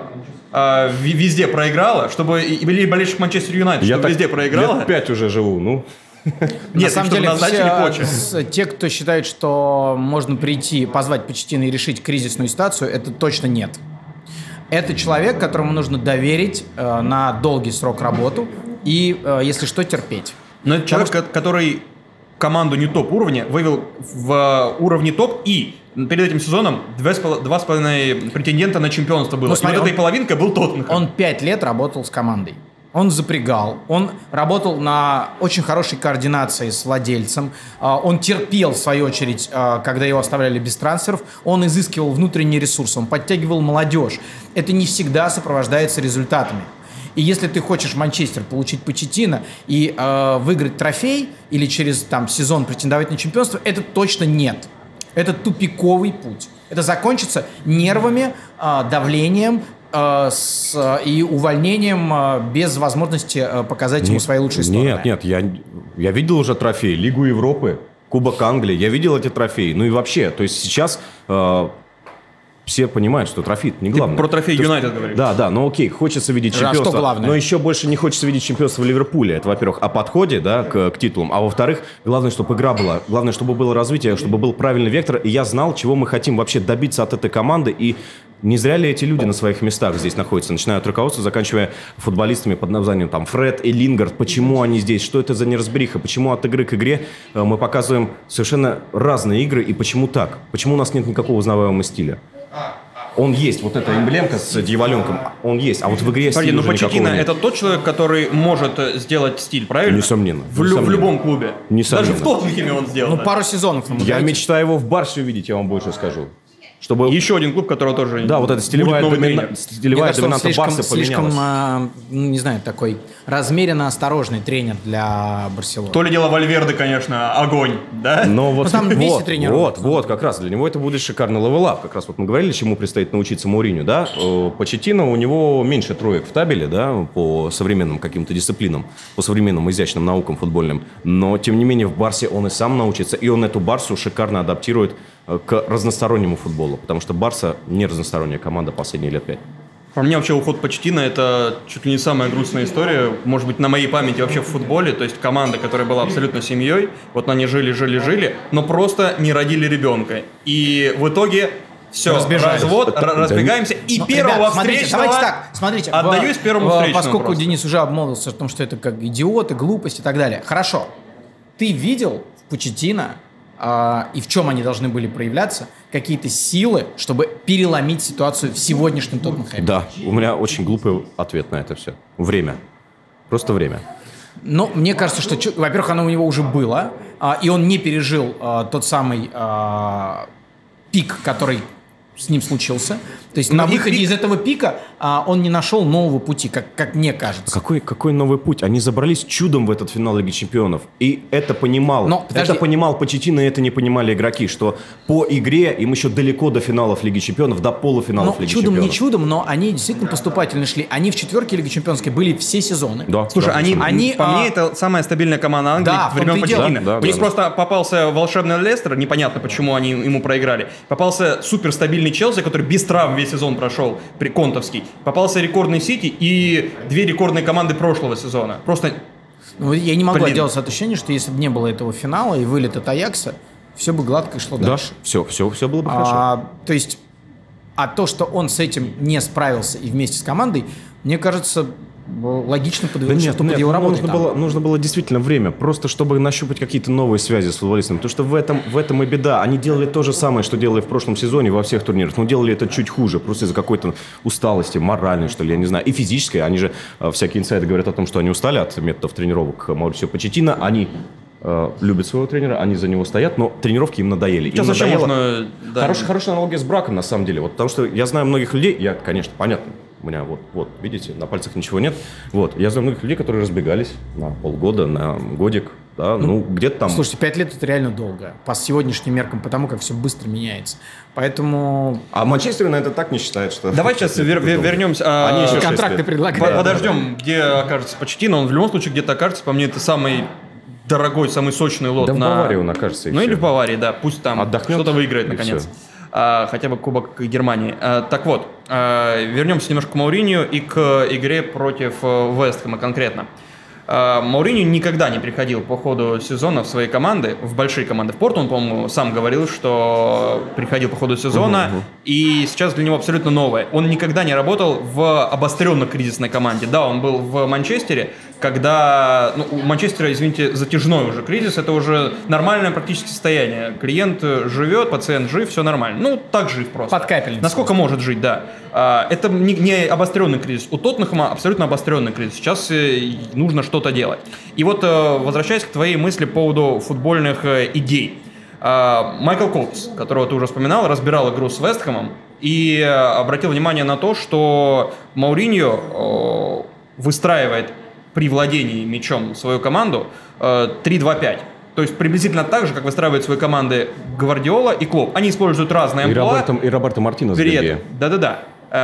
везде проиграла, или болельщик Манчестер Юнайтед, чтобы везде проиграла? Лет 5 уже живу, Нет, на самом деле, все те, кто считает, что можно прийти, позвать Почеттино и решить кризисную ситуацию, это точно нет. Это человек, которому нужно доверить на долгий срок работу и, если что, терпеть. Но это человек, который команду не топ-уровня вывел в уровне топ, и перед этим сезоном 2,5 претендента на чемпионство было. Смотри, и вот этой половинкой был Тоттенхэм. Он 5 лет работал с командой. Он запрягал, он работал на очень хорошей координации с владельцем, он терпел, в свою очередь, когда его оставляли без трансферов, он изыскивал внутренний ресурс, он подтягивал молодежь. Это не всегда сопровождается результатами. И если ты хочешь в Манчестер получить Почеттино и выиграть трофей или через сезон претендовать на чемпионство, это точно нет. Это тупиковый путь. Это закончится нервами, давлением, и увольнением без возможности показать ему свои лучшие стороны. Нет, я видел уже трофеи. Лигу Европы, Кубок Англии. Я видел эти трофеи. Ну и вообще, то есть сейчас все понимают, что трофей не главное. Ты про трофей Юнайтед говоришь. Да, ну окей, хочется видеть чемпионство. Что главное? Но еще больше не хочется видеть чемпионство в Ливерпуле. Это, во-первых, о подходе, да, к титулам. А во-вторых, главное, чтобы игра была. Главное, чтобы было развитие, чтобы был правильный вектор. И я знал, чего мы хотим вообще добиться от этой команды. И не зря ли эти люди на своих местах здесь находятся, начиная от руководства, заканчивая футболистами под названием там Фред и Лингард. Почему они здесь? Что это за неразбериха? Почему от игры к игре мы показываем совершенно разные игры? И почему так? Почему у нас нет никакого узнаваемого стиля? Он есть, вот эта эмблемка с дьяволенком, он есть, а вот в игре стиля уже никакого Почеттино нет. это тот человек, который может сделать стиль, правильно? Несомненно. В любом клубе. Несомненно. Даже в Тоттенхэме он сделал. Ну, пару сезонов нам Я дайте. мечтаю его в Барсе увидеть, я вам больше скажу. Чтобы... Еще один клуб, которого тоже Да, вот эта стилевая, будет новый тренер. Мне кажется, он доминанта Барса слишком, поменялась. не знаю, такой размеренно осторожный тренер для Барселоны. То ли дело Вальверде, конечно, огонь, да? Но вот, там Месси тренирует. вот, как раз для него это будет шикарный левелап. Как раз вот мы говорили, чему предстоит научиться Мауриню, да? Почеттино, у него меньше троек в табеле, да, по современным каким-то дисциплинам, по современным изящным наукам футбольным. Но, тем не менее, в Барсе он и сам научится, и он эту Барсу шикарно адаптирует к разностороннему футболу, потому что Барса не разносторонняя команда последние лет 5. По мне вообще уход Почеттино это чуть ли не самая грустная история, может быть, на моей памяти вообще в футболе, то есть команда, которая была абсолютно семьей, вот они жили, но просто не родили ребенка. И в итоге все, развод, разбегаемся, и первого Ребят, смотрите, встречного давайте так, смотрите, отдаюсь первому встречному. Поскольку просто. Денис уже обмолвился о том, что это как идиоты, глупость и так далее. Хорошо, ты видел в Почеттино и в чем они должны были проявляться, какие-то силы, чтобы переломить ситуацию в сегодняшнем Тоттенхэме? Да, у меня очень глупый ответ на это все. Время. Просто время. Но мне кажется, что, во-первых, оно у него уже было, и он не пережил тот самый пик, который с ним случился. То есть на выходе из этого пика он не нашел нового пути, как мне кажется. Какой новый путь? Они забрались чудом в этот финал Лиги Чемпионов. И это понимал. Это понимал Почеттино, и это не понимали игроки, что по игре им еще далеко до финалов Лиги Чемпионов, до полуфиналов Лиги Чемпионов. Не чудом, но они действительно поступательно шли. Они в четверке Лиги Чемпионской были все сезоны. Да, слушай, да, они по мне, это самая стабильная команда Англии времен Почеттино. Да, у них просто попался волшебный Лестер, непонятно, почему они ему проиграли. Попался суперстабильный Челси, который без травм весь сезон прошел, контовский. Попался рекордный Сити и две рекордные команды прошлого сезона. Просто... Я не могу отделаться от ощущения, что если бы не было этого финала и вылета от Аякса, все бы гладко шло дальше. Да, все было бы хорошо. То есть, то, что он с этим не справился и вместе с командой, мне кажется, логично подводить черту под его работой. Нужно было действительно время, просто чтобы нащупать какие-то новые связи с футболистами. Потому что в этом и беда. Они делали то же самое, что делали в прошлом сезоне во всех турнирах, но делали это чуть хуже, просто из-за какой-то усталости, моральной, что ли, я не знаю, и физической. Они же, всякие инсайды говорят о том, что они устали от методов тренировок Маурисио Почеттино. Они любят своего тренера, они за него стоят, но тренировки им надоели. Сейчас вообще можно... Хорошая аналогия с браком, на самом деле. Вот, потому что я знаю многих людей, конечно, понятно, у меня вот, видите, на пальцах ничего нет. Вот, я знаю многих людей, которые разбегались на полгода, на годик, да, где-то там... Слушайте, 5 лет это реально долго, по сегодняшним меркам, потому как все быстро меняется. Поэтому... А Манчестер на это так не считает, что... Давай сейчас вернемся... Они еще контракты предлагают. Подождем, где окажется Почеттино, он в любом случае где-то окажется, по мне, это самый дорогой, самый сочный лот. Да в Баварии он окажется. Или в Баварии, да, пусть там отдохнет, что-то выиграет наконец. Хотя бы Кубок Германии. Так вот, вернемся немножко к Мауринью и к игре против Вест Хэма конкретно. Мауринью никогда не приходил по ходу сезона в свои команды, в большие команды. В Порту он, по-моему, сам говорил, что приходил по ходу сезона, и сейчас для него абсолютно новое. Он никогда не работал в обостренно-кризисной команде. Да, он был в Манчестере, когда... у Манчестера, извините, затяжной уже кризис, это уже нормальное практически состояние. Клиент живет, пациент жив, все нормально. Так жив просто. Под капельницей. Насколько может жить, да. Это не обостренный кризис. У Тоттенхэма абсолютно обостренный кризис. Сейчас нужно что-то делать. И вот, возвращаясь к твоей мысли по поводу футбольных идей. Майкл Коутс, которого ты уже вспоминал, разбирал игру с Вест Хэмом и обратил внимание на то, что Мауриньо выстраивает при владении мячом свою команду 3-2-5. То есть приблизительно так же, как выстраивают свои команды Гвардиола и Клоп. Они используют разные амплуа. И Роберто Мартинес. Да-да-да.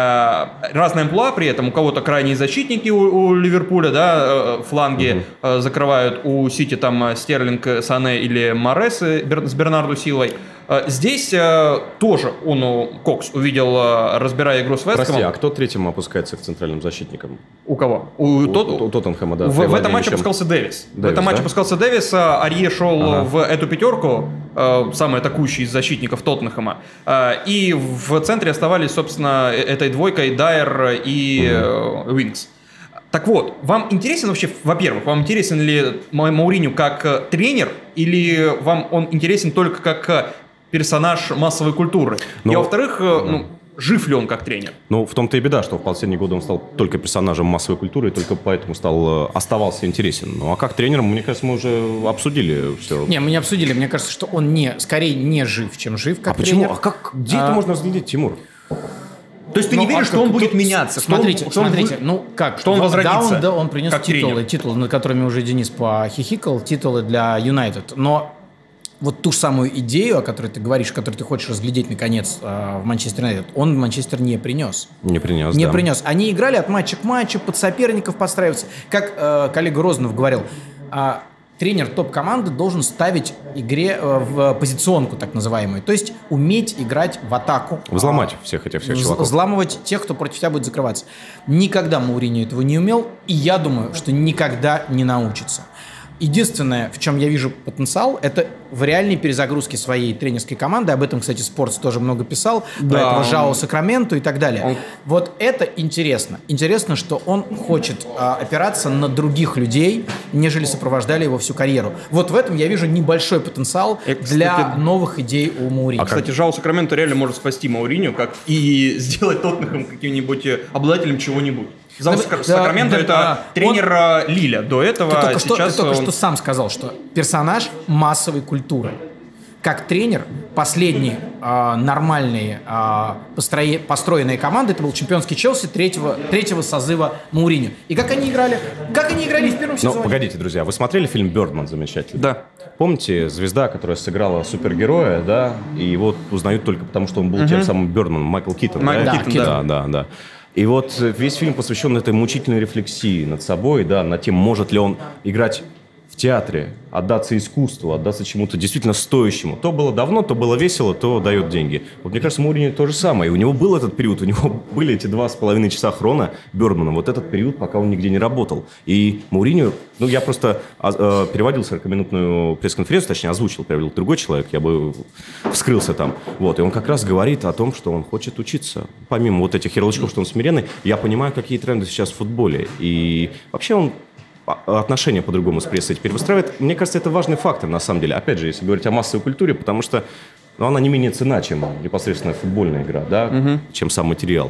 Разные амплуа при этом. У кого-то крайние защитники у Ливерпуля, да, фланги закрывают. У Сити там Стерлинг, Сане или Морес с Бернардо Силвой. Здесь тоже Кокс увидел, разбирая игру с Вест Хэмом. Прости, а кто третьим опускается к центральным защитникам? У кого? У Тоттенхэма, да. В этом матче опускался Дэвис. В этом матче опускался Дэвис, Арье шел в эту пятерку, самый атакующий из защитников Тоттенхэма. И в центре оставались, собственно, этой двойкой Дайер и Уинкс. Так вот, вам интересен вообще, во-первых, вам интересен ли Мауриньо как тренер, или вам он интересен только как персонаж массовой культуры? И во-вторых, жив ли он как тренер? Ну, в том-то и беда, что в последние годы он стал только персонажем массовой культуры, и только поэтому оставался интересен. Ну, а как тренером, мне кажется, мы уже обсудили все. Не, мы не обсудили. Мне кажется, что он скорее не жив, чем жив как тренер. Почему? А как? Где это можно разглядеть, Тимур? То есть ты не веришь, что он будет меняться? Смотрите, что он возродится? Да, он принес титулы, над которыми уже Денис похихикал, титулы для Юнайтед. Но вот ту же самую идею, о которой ты говоришь, которую ты хочешь разглядеть наконец в Манчестер Юнайтед, он в Манчестер не принес. Не принес. Они играли от матча к матчу, под соперников подстраиваться. Как коллега Розанов говорил, тренер топ-команды должен ставить игре в позиционку, так называемую. То есть уметь играть в атаку. Взломать всех чуваков. Взламывать тех, кто против тебя будет закрываться. Никогда Мауриньо этого не умел, и я думаю, что никогда не научится. Единственное, в чем я вижу потенциал, это в реальной перезагрузке своей тренерской команды. Об этом, кстати, Спортс тоже много писал. Про этого Жао Сакраменту и так далее. Вот это интересно. Интересно, что он хочет опираться на других людей, нежели сопровождали его всю карьеру. Вот в этом я вижу небольшой потенциал для новых идей у Мауриньо. Кстати, Жао Сакраменту реально может спасти Мауриньо, как и сделать Тоттенхэм каким-нибудь обладателем чего-нибудь. Сакраменто это тренер Лиля. До этого ты только что сам сказал, что персонаж массовой культуры. Как тренер, последние нормальные построенные команды, это был чемпионский Челси третьего созыва Мауриньо. И как они играли? Как они играли в первом сезоне? Ну, погодите, друзья, вы смотрели фильм «Бёрдман» замечательный? Да. Помните, звезда, которая сыграла супергероя, да, и его узнают только потому, что он был тем самым Бёрдманом, Майкл Китон. Да. И вот весь фильм посвящен этой мучительной рефлексии над собой, да, над тем, может ли он играть в театре, отдаться искусству, отдаться чему-то действительно стоящему. То было давно, то было весело, то дает деньги. Вот мне кажется, Мауриньо то же самое. И у него был этот период, у него были эти 2,5 часа хрона Бёрдмана, вот этот период, пока он нигде не работал. И Мауриньо, я просто переводил 40-минутную пресс-конференцию, точнее, озвучил, переводил другой человек, я бы вскрылся там. Вот, и он как раз говорит о том, что он хочет учиться. Помимо вот этих ярлычков, что он смиренный, я понимаю, какие тренды сейчас в футболе. И вообще он отношения по-другому с прессой теперь выстраивает. Мне кажется, это важный фактор, на самом деле. Опять же, если говорить о массовой культуре, потому что она не менее ценна, чем непосредственно футбольная игра, да, чем сам материал.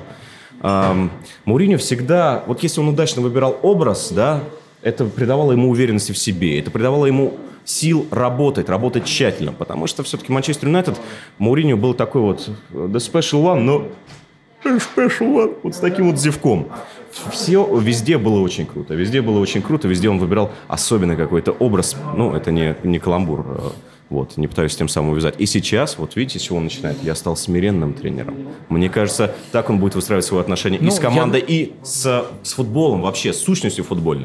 Мауриньо всегда, вот если он удачно выбирал образ, да, это придавало ему уверенности в себе, это придавало ему сил работать тщательно, потому что все-таки Манчестер Юнайтед, Мауриньо был такой вот the special one, но special one, вот с таким вот зевком. Все везде было очень круто, везде он выбирал особенный какой-то образ, это не каламбур, вот, не пытаюсь тем самым увязать. И сейчас, вот видите, с чего он начинает? Я стал смиренным тренером. Мне кажется, так он будет выстраивать свои отношения и с командой, и с футболом вообще, с сущностью футбольной.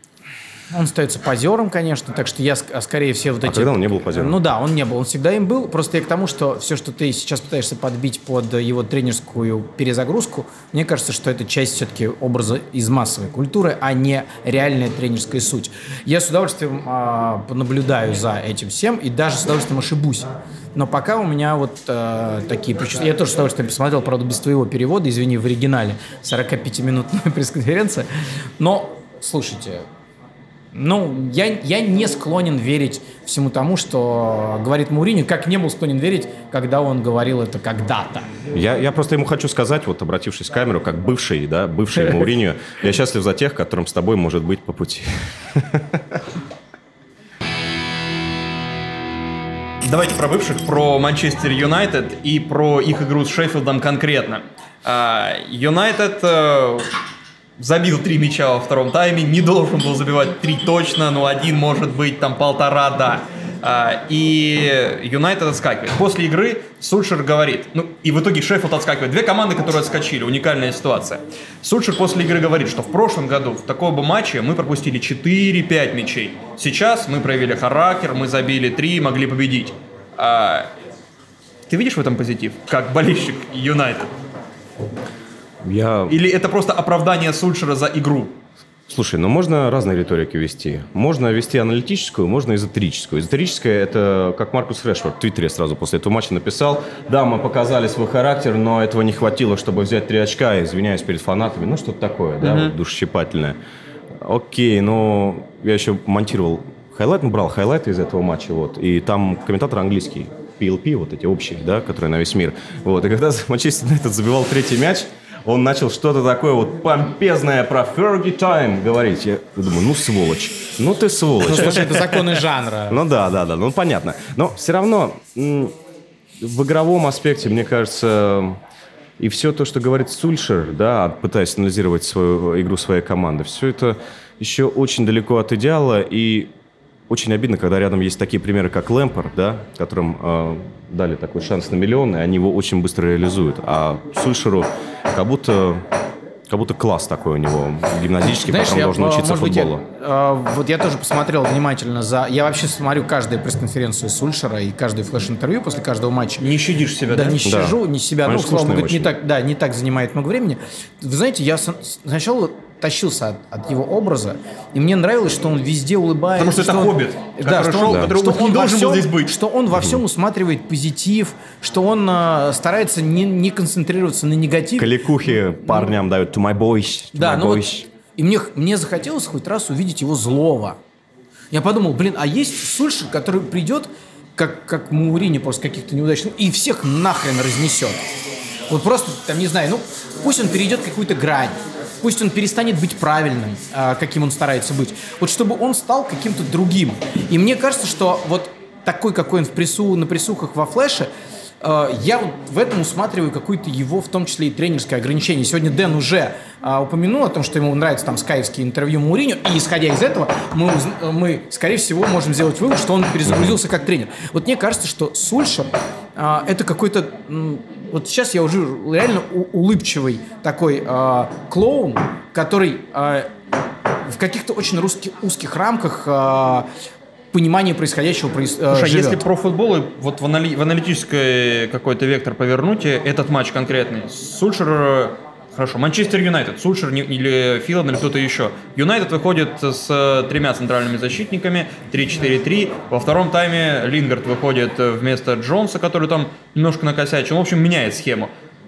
Он остается позером, конечно, так что я, скорее всего, вот эти... когда он не был позером? Ну да, он не был, он всегда им был. Просто я к тому, что все, что ты сейчас пытаешься подбить под его тренерскую перезагрузку, мне кажется, что это часть все-таки образа из массовой культуры, а не реальная тренерская суть. Я с удовольствием понаблюдаю за этим всем и даже с удовольствием ошибусь. Но пока у меня вот такие предчувствия. Я тоже с удовольствием посмотрел, правда, без твоего перевода, извини, в оригинале, 45-минутная пресс-конференция. Но, слушайте... я не склонен верить всему тому, что говорит Мауриньо, как не был склонен верить, когда он говорил это когда-то. Я просто ему хочу сказать, вот обратившись в камеру, как бывший Мауриньо, я счастлив за тех, которым с тобой может быть по пути. Давайте про бывших, про Манчестер Юнайтед и про их игру с Шеффилдом конкретно. Юнайтед... забил 3 мяча во втором тайме, не должен был забивать 3 точно, но 1, может быть, там 1,5, да. И Юнайтед отскакивает. После игры Сульшер говорит, и в итоге Шеффилд отскакивает. 2 команды, которые отскочили, уникальная ситуация. Сульшер после игры говорит, что в прошлом году в таком бы матче мы пропустили 4-5 мячей. Сейчас мы проявили характер, мы забили 3, могли победить. Ты видишь в этом позитив, как болельщик Юнайтед? Я... Или это просто оправдание Сульшера за игру? Слушай, ну можно разные риторики вести. Можно вести аналитическую, можно эзотерическую. Эзотерическая – это, как Маркус Решфорд в Твиттере сразу после этого матча написал: да, мы показали свой характер, но этого не хватило, чтобы взять 3 очка, извиняюсь перед фанатами. Ну, что-то такое, да, вот душещипательное. Окей, но я еще монтировал хайлайт, брал хайлайты из этого матча, вот, и там комментатор английский, PLP, вот эти общие, да, которые на весь мир. Вот, и когда Манчестер Юнайтед забивал 3-й мяч, он начал что-то такое вот помпезное про Fergie Time говорить. Я думаю, ну сволочь, ну ты сволочь. Ну, слушай, это законы жанра. Ну да, ну понятно. Но все равно в игровом аспекте, мне кажется, и все то, что говорит Сульшер, да, пытаясь анализировать свою игру своей команды, все это еще очень далеко от идеала, и очень обидно, когда рядом есть такие примеры, как Лэмпард, да, которым дали такой шанс на миллион, и они его очень быстро реализуют. А Сульшеру как будто класс такой у него гимназический, знаешь, потом должен учиться футболу. Вот я тоже посмотрел внимательно Я вообще смотрю каждую пресс-конференцию Сульшера и каждое флеш-интервью после каждого матча. Не щадишь себя, да? Да, не щажу, не себя. Конечно, Слава богу, очень. не так занимает много времени. Вы знаете, я сначала тащился от его образа, и мне нравилось, что он везде улыбается. Потому что это хоббит, который не должен был здесь быть. Что он во всем усматривает позитив, что он старается не концентрироваться на негативе. Кликухи парням дают to my boys. Да, ну вот, и мне захотелось хоть раз увидеть его злого. Я подумал, а есть Сульшер, который придет, как Мауриньо после каких-то неудачных, и всех нахрен разнесет. Вот просто, там, не знаю, пусть он перейдет какую-то грань. Пусть он перестанет быть правильным, каким он старается быть. Вот чтобы он стал каким-то другим. И мне кажется, что вот такой, какой он на прессухах во флеше, я вот в этом усматриваю какое-то его, в том числе и тренерское ограничение. Сегодня Дэн уже упомянул о том, что ему нравятся там скайевские интервью Мауриньо, и исходя из этого мы, скорее всего, можем сделать вывод, что он перезагрузился как тренер. Вот мне кажется, что Сульшер это какой-то... Вот сейчас я уже реально улыбчивый такой клоун, который в каких-то очень узких рамках понимания происходящего Слушай, живет. если про футбол вот в аналитический какой-то вектор повернуть, этот матч конкретный, Сульшер... Хорошо, Манчестер Юнайтед, Сульшер или Филан или кто-то еще. Юнайтед выходит с 3 центральными защитниками, 3-4-3. Во втором тайме Лингард выходит вместо Джонса, который там немножко накосячил. В общем, меняет схему.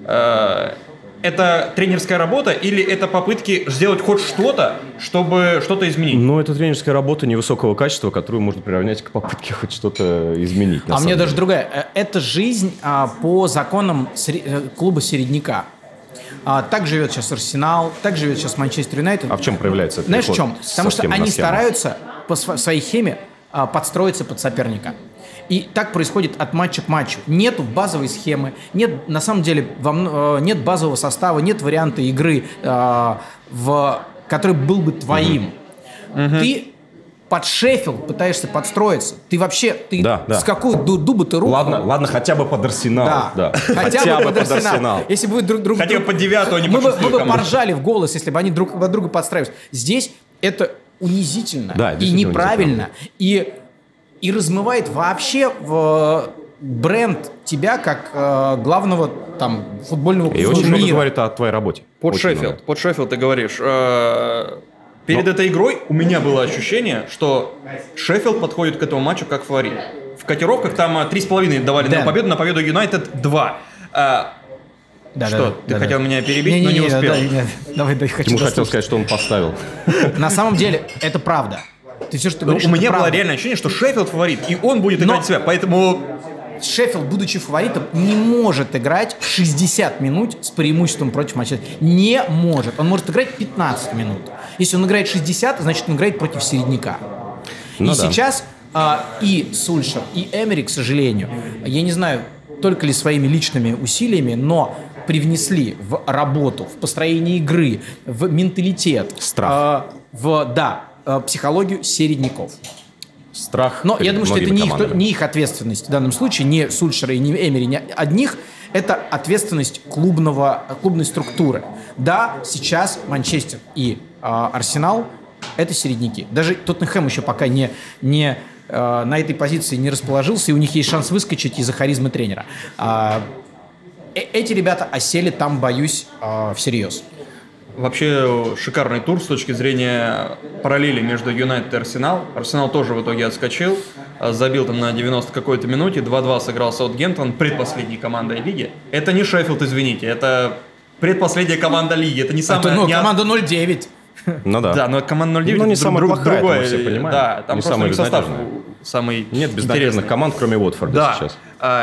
Это тренерская работа или это попытки сделать хоть что-то, чтобы что-то изменить? Ну, это тренерская работа невысокого качества, которую можно приравнять к попытке хоть что-то изменить. А мне даже другая. Это жизнь по законам клуба середняка. Так живет сейчас Арсенал, так живет сейчас Манчестер Юнайтед. А в чем проявляется это? Знаешь, в чем? Потому что они стараются по своей схеме подстроиться под соперника. И так происходит от матча к матчу. Нету базовой схемы, нет, на самом деле, нет базового состава, нет варианта игры, который был бы твоим. Ты под Шеффилд пытаешься подстроиться. Ты вообще, с какой дуба ты руку? Ладно, хотя бы под Арсенал. Да. Хотя бы под Арсенал. Если бы друг хотя бы под 9-го, не под 6-ю. Мы бы поржали в голос, если бы они друг под друга подстраивались. Здесь это унизительно и неправильно. И размывает вообще бренд тебя как главного там футбольного клуба мира. И очень много говорит о твоей работе. Под Шеффилд ты говоришь. Перед этой игрой у меня было ощущение, что Шеффилд подходит к этому матчу как фаворит. В котировках там 3,5 давали на победу Юнайтед 2. Ты хотел меня перебить, но не успел. Давай, Тимур хотел сказать, что он поставил. На самом деле, это правда. Ты все, что ты говоришь, у меня было реальное ощущение, что Шеффилд фаворит, и он будет играть себя, поэтому... Шеффилд, будучи фаворитом, не может играть 60 минут с преимуществом против Манчестера. Не может. Он может играть 15 минут. Если он играет 60, значит, он играет против середняка. Сейчас и Сульшер, и Эмери, к сожалению, я не знаю, только ли своими личными усилиями, но привнесли в работу, в построение игры, в менталитет, страх, психологию середняков. Страх. Но я думаю, что это не их ответственность в данном случае, не Сульшера и не Эмери, не одних. Это ответственность клубной структуры. Да, сейчас Манчестер и Арсенал – это середняки. Даже Тоттенхэм еще пока не на этой позиции не расположился, и у них есть шанс выскочить из-за харизмы тренера. Эти ребята осели там, боюсь, всерьез. Вообще шикарный тур с точки зрения параллели между Юнайтед и Арсенал. Арсенал тоже в итоге отскочил, забил там на 90 какой-то минуте, 2-2 сыграл Саутгемптон, предпоследней командой лиги. Это не Шеффилд, извините, это предпоследняя команда лиги. Это не самая... Это, команда 0-9. Ну да. Да, но команда 0-9 не самая плохая, другое. это мы все понимаем. Да, там не просто самая состав безнадежная. самый Нет безнадежных команд, кроме Уотфорда да. сейчас.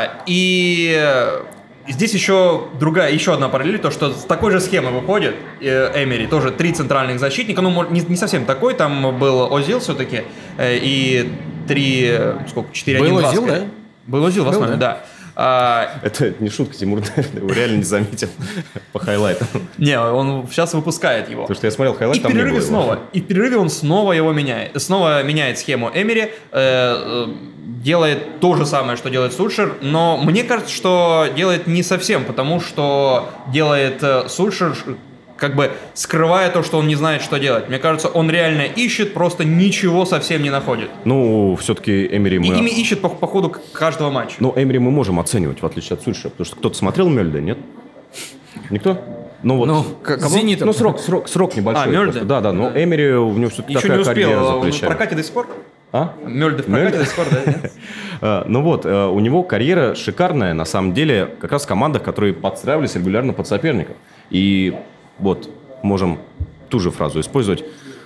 И здесь еще одна параллель, то что с такой же схемы выходит Эмери, тоже 3 центральных защитника, ну не совсем такой, там был Озил все-таки, и 4-1-2. Был Озил, да? Был Озил в основе, да. Это не шутка, Тимур, его реально не заметил по хайлайтам. Не, он сейчас выпускает его. Потому что я смотрел хайлайт, И в там не перерыве было снова. его. И в перерыве он снова его меняет. Снова меняет схему Эмери, делает то же самое, что делает Сульшер, но мне кажется, что делает не совсем, потому что делает Сульшер, как бы скрывая то, что он не знает, что делать. Мне кажется, он реально ищет, просто ничего совсем не находит. Ну, все-таки Эмери мы... Ими ищет по ходу каждого матча. Но Эмери мы можем оценивать, в отличие от Сульшера, потому что кто-то смотрел Мельде, нет? Никто? Ну вот, Зенитом. Ну срок небольшой. Мельде? Да, но Эмери у него все-таки Еще такая не карьера за успел, он в плечами. прокате до сих пор? Мельде в прокате Мельде? до сих пор, да? Нет? Ну вот, у него карьера шикарная, на самом деле, как раз в командах, которые подстраивались регулярно под соперников. И вот, можем ту же фразу использовать.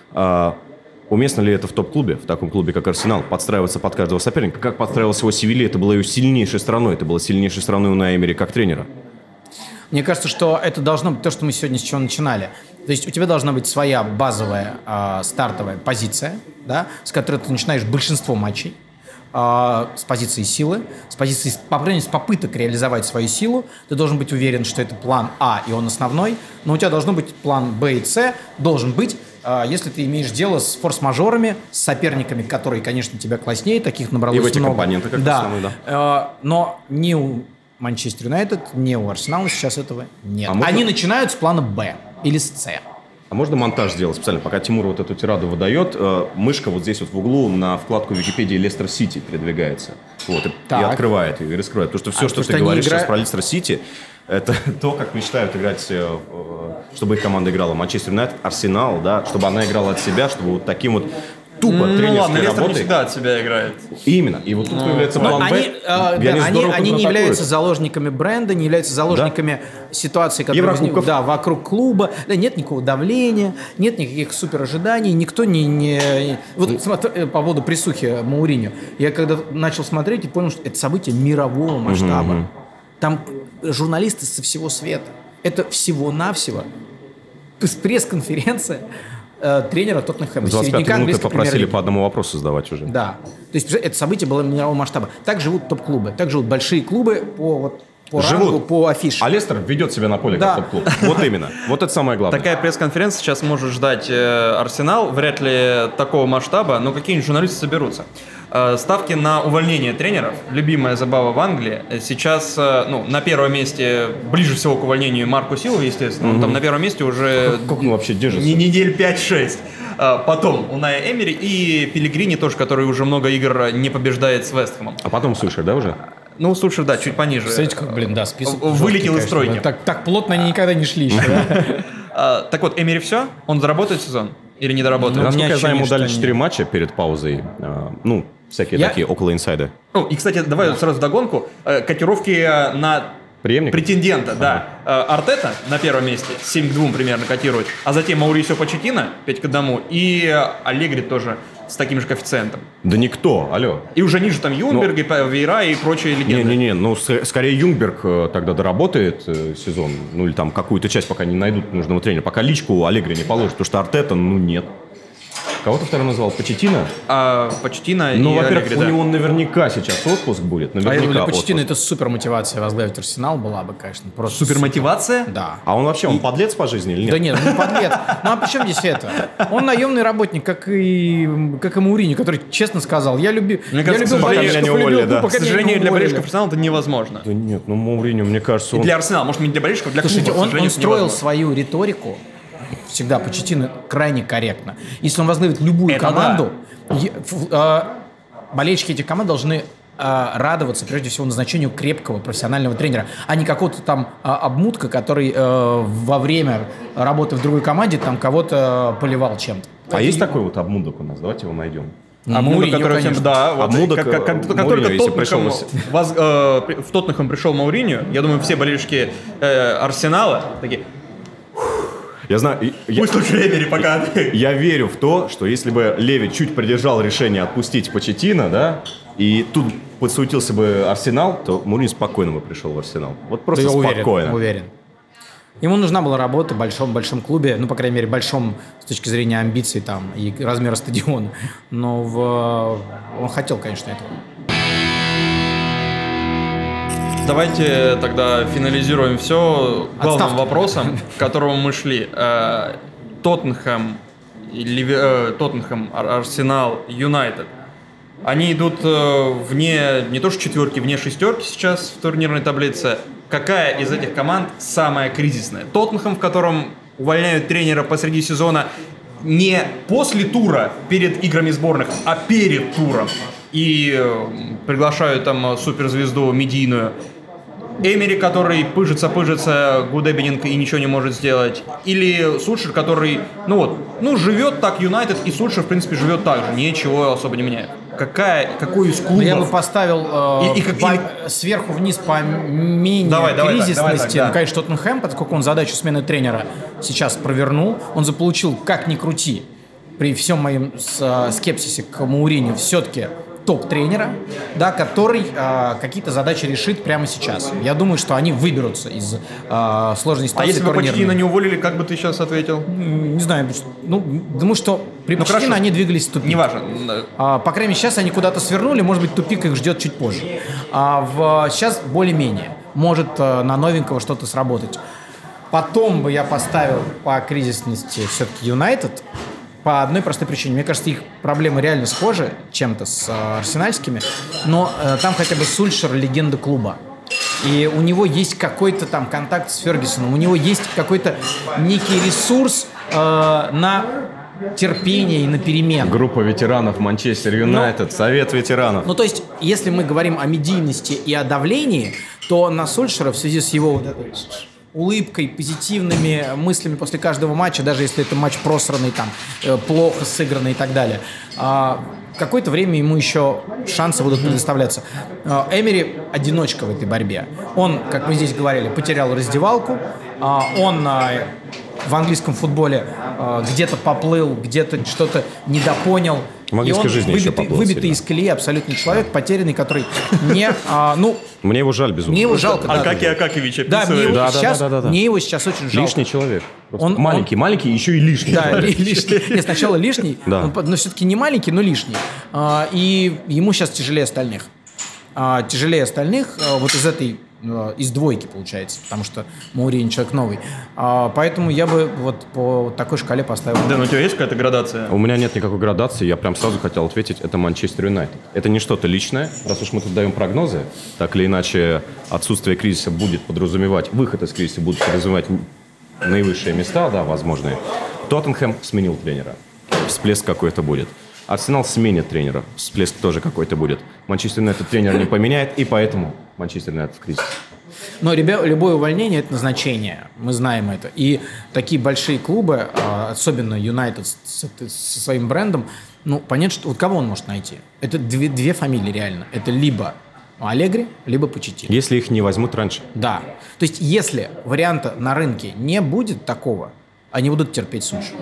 Уместно ли это в топ-клубе, в таком клубе, как Арсенал, подстраиваться под каждого соперника? Как подстраивался его Севилья, это было ее сильнейшей стороной, это было сильнейшей стороной у Эмери как тренера. Мне кажется, что это должно быть то, что мы сегодня с чего начинали. То есть у тебя должна быть своя базовая стартовая позиция, да, с которой ты начинаешь большинство матчей, с позиции силы, с позиции с попыток реализовать свою силу. Ты должен быть уверен, что это план А, и он основной, но у тебя должно быть план Б и С, должен быть, если ты имеешь дело с форс-мажорами, с соперниками, которые, конечно, тебя класснее, таких набралось много. И в эти компоненты как основные, да. Но не у Манчестер Юнайтед, не у Арсенала сейчас этого нет. Можно... Они начинают с плана Б или с С. А можно монтаж сделать специально, пока Тимур вот эту тираду выдает, мышка вот здесь вот в углу на вкладку Википедии Лестер Сити передвигается. Вот, и открывает ее, и раскрывает. Потому что все, что ты говоришь сейчас про Лестер Сити, это то, как мечтают играть, чтобы их команда играла Манчестер Юнайтед, Арсенал, да, чтобы она играла от себя, чтобы вот таким вот тупо тренерской Лестер работой. не всегда от себя играет. Именно. И вот тут появляется план Б. Они не являются заложниками бренда, не являются заложниками ситуации, которая возникла вокруг клуба. Да, нет никакого давления, нет никаких супер ожиданий, никто не... Вот смотри, по поводу присухи Мауриньо. Я когда начал смотреть и понял, что это событие мирового масштаба. Там журналисты со всего света. Это всего-навсего пресс-конференция тренера Тоттенхэма. 25 минут попросили по одному вопросу задавать уже. Да. То есть это событие было мирового масштаба. Так живут топ-клубы. Так живут большие клубы по рангу, по афише. А Лестер ведет себя на поле как топ-клуб. Вот именно. Вот это самое главное. Такая пресс-конференция сейчас может ждать Арсенал. Вряд ли такого масштаба, но какие-нибудь журналисты соберутся. Ставки на увольнение тренеров, любимая забава в Англии. Сейчас на первом месте, ближе всего к увольнению, Марко Силва, естественно. Он там на первом месте уже как он вообще держится? Недель 5-6. Потом Унай Эмери и Пеллегрини тоже, который уже много игр не побеждает с Вестхэмом. А потом Сульшер, да, уже? Ну, Сульшер, да, чуть пониже. Смотрите, как, список вылетел из стройки. Так плотно они никогда не шли еще, да? Так вот, Эмери все? Он заработает сезон? Или не доработает? Насколько я знаю, ему дали 4 матча перед паузой. Всякие такие около инсайда. И, кстати, давай сразу догонку. Котировки на претендента, да. Артета на первом месте 7-2 примерно котирует, а затем Маурисио Почеттино 5-1 и Аллегри тоже с таким же коэффициентом. Да никто, алло. И уже ниже там Юнгберг, Вейра и прочие легенды. Не, скорее Юнгберг тогда доработает сезон, или там какую-то часть, пока не найдут нужного тренера, пока личку Аллегри не положит, потому что Артета, нет. Кого ты второй назвал? Почеттино? Почеттино и во-первых, Аллегри, у него наверняка сейчас отпуск будет. Наверняка я думаю, для Почеттино это супер мотивация возглавить Арсенал была бы, конечно. Просто супер мотивация? Да. А он вообще, он подлец по жизни или нет? Да нет, он подлец. А при чем здесь это? Он наемный работник, как и Мауриньо, который честно сказал, я любил болельщиков, К сожалению, для болельщиков Арсенала это невозможно. Да нет, Мауриньо, мне кажется, он... Для Арсенала, может, не для болельщиков, для клуба. Слушайте, он строил невозможно. свою риторику всегда Почеттино крайне корректно. Если он возглавит любую команду, болельщики этих команд должны радоваться, прежде всего, назначению крепкого профессионального тренера, а не какого-то там обмутка, который во время работы в другой команде там кого-то поливал чем-то. А есть такой вот обмудок у нас? Давайте его найдем. Обмудок, который всем, да, вот, обмудок, как только в Тоттенхэм пришел Мауриньо, я думаю, все болельщики Арсенала такие... Я знаю, Пусть лучше Эмери пока. Я верю в то, что если бы Леви чуть придержал решение отпустить Почеттино, да, и тут подсуетился бы Арсенал, то Мауриньо спокойно бы пришел в Арсенал. Вот просто спокойно. Уверен. Ему нужна была работа в большом клубе, ну, по крайней мере, большом с точки зрения амбиций там и размера стадиона. Но он хотел, конечно, этого. Давайте тогда финализируем все главным вопросом, к которому мы шли. Тоттенхэм, Арсенал, Юнайтед. Они идут вне, не то что четверки, вне шестерки сейчас в турнирной таблице. Какая из этих команд самая кризисная? Тоттенхэм, в котором увольняют тренера посреди сезона не после тура перед играми сборных, а перед туром. И приглашают там суперзвезду медийную. Эмери, который пыжится, гудебининг и ничего не может сделать. Или Сульшер, который, живет так Юнайтед, и Сульшер, в принципе, живет так же, ничего особо не меняет. Какой из клубов? Я бы поставил сверху вниз по менее кризисности. Давай, конечно, Тоттенхэм, поскольку он задачу смены тренера сейчас провернул. Он заполучил, как ни крути, при всем моем скепсисе к Мауриньо, все-таки топ-тренера, да, который какие-то задачи решит прямо сейчас. Я думаю, что они выберутся из сложной ситуации. А если бы Почеттино не уволили, как бы ты сейчас ответил? Не знаю. Думаю, что при Почеттино они двигались в тупик. Неважно. По крайней мере, сейчас они куда-то свернули, может быть, тупик их ждет чуть позже. Сейчас более-менее. Может на новенького что-то сработать. Потом бы я поставил по кризисности все-таки Юнайтед. По одной простой причине. Мне кажется, их проблемы реально схожи чем-то с арсенальскими, но там хотя бы Сульшер легенда клуба. И у него есть какой-то там контакт с Фергюсоном, у него есть какой-то некий ресурс на терпение и на перемены. Группа ветеранов Манчестер Юнайтед, совет ветеранов. То есть, если мы говорим о медийности и о давлении, то на Сульшера в связи с его вот этой улыбкой, позитивными мыслями после каждого матча, даже если это матч просранный, там, плохо сыгранный и так далее, какое-то время ему еще шансы будут предоставляться. Эмери одиночка в этой борьбе. Он, как мы здесь говорили, потерял раздевалку, он в английском футболе где-то поплыл, где-то что-то недопонял. В английской жизни еще поплыл. Выбитый из колеи абсолютный человек, потерянный, который не... Мне его жаль безумно. Мне его жалко, да. Акакий Акакевич описывает. Мне его сейчас очень жалко. Лишний человек. Маленький, еще и лишний. Да, лишний. Нет, сначала лишний, но все-таки не маленький, но лишний. И ему сейчас тяжелее остальных. Тяжелее остальных вот из двойки, получается, потому что Мауриньо человек новый. Поэтому я бы вот по такой шкале поставил. Да, но у тебя есть какая-то градация? У меня нет никакой градации, я прям сразу хотел ответить, это Манчестер Юнайтед. Это не что-то личное, раз уж мы тут даем прогнозы, так или иначе отсутствие кризиса будет подразумевать, выход из кризиса будет подразумевать наивысшие места, да, возможные. Тоттенхэм сменил тренера, всплеск какой-то будет. Арсенал сменит тренера, всплеск тоже какой-то будет. Манчестер Юнайтед тренера не поменяет, и поэтому Манчестер Юнайтед в кризисе. Но любое увольнение – это назначение, мы знаем это. И такие большие клубы, особенно Юнайтед со своим брендом, понятно, что вот кого он может найти? Это две фамилии реально. Это либо Аллегри, либо Почеттино. Если их не возьмут раньше. Да. То есть если варианта на рынке не будет такого, они будут терпеть Сульшера.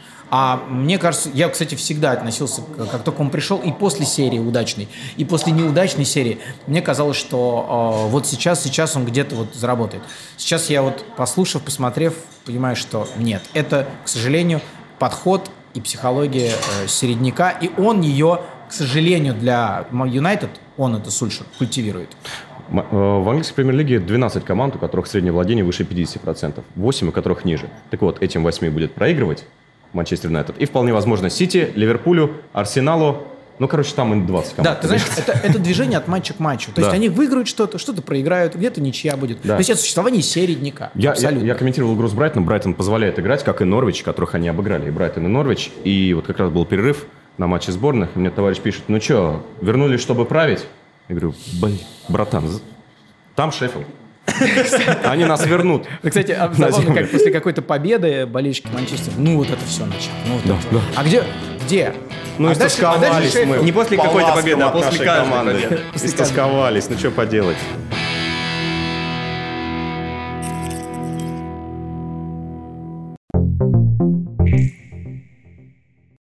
А мне кажется, я, кстати, всегда относился, как только он пришел, и после серии удачной, и после неудачной серии, мне казалось, что вот сейчас он где-то вот заработает. Сейчас я вот, послушав, посмотрев, понимаю, что нет. Это, к сожалению, подход и психология середняка, и он ее, к сожалению, для Юнайтед, он это Сульшер культивирует. В английской премьер-лиге 12 команд, у которых среднее владение выше 50%, 8 у которых ниже. Так вот, этим 8 будет проигрывать Манчестер Юнайтед. И вполне возможно Сити, Ливерпулю, Арсеналу. Там и 20 команд. Да, ты знаешь, это движение от матча к матчу. То есть они выиграют что-то проиграют, где-то ничья будет. Да. То есть это существование середняка. Я комментировал игру с Брайтоном. Брайтон позволяет играть, как и Норвич, которых они обыграли. И Брайтон, и Норвич. И вот как раз был перерыв. на матче сборных. Мне товарищ пишет, ну что, вернулись, чтобы править? Я говорю, блин, братан, там Шеффилд. Они нас вернут. Кстати, забавно, как после какой-то победы болельщики Манчестера, ну вот это все начало. А где? Ну, истосковались мы. Не после какой-то победы, а после каждой победы. Истосковались, ну что поделать.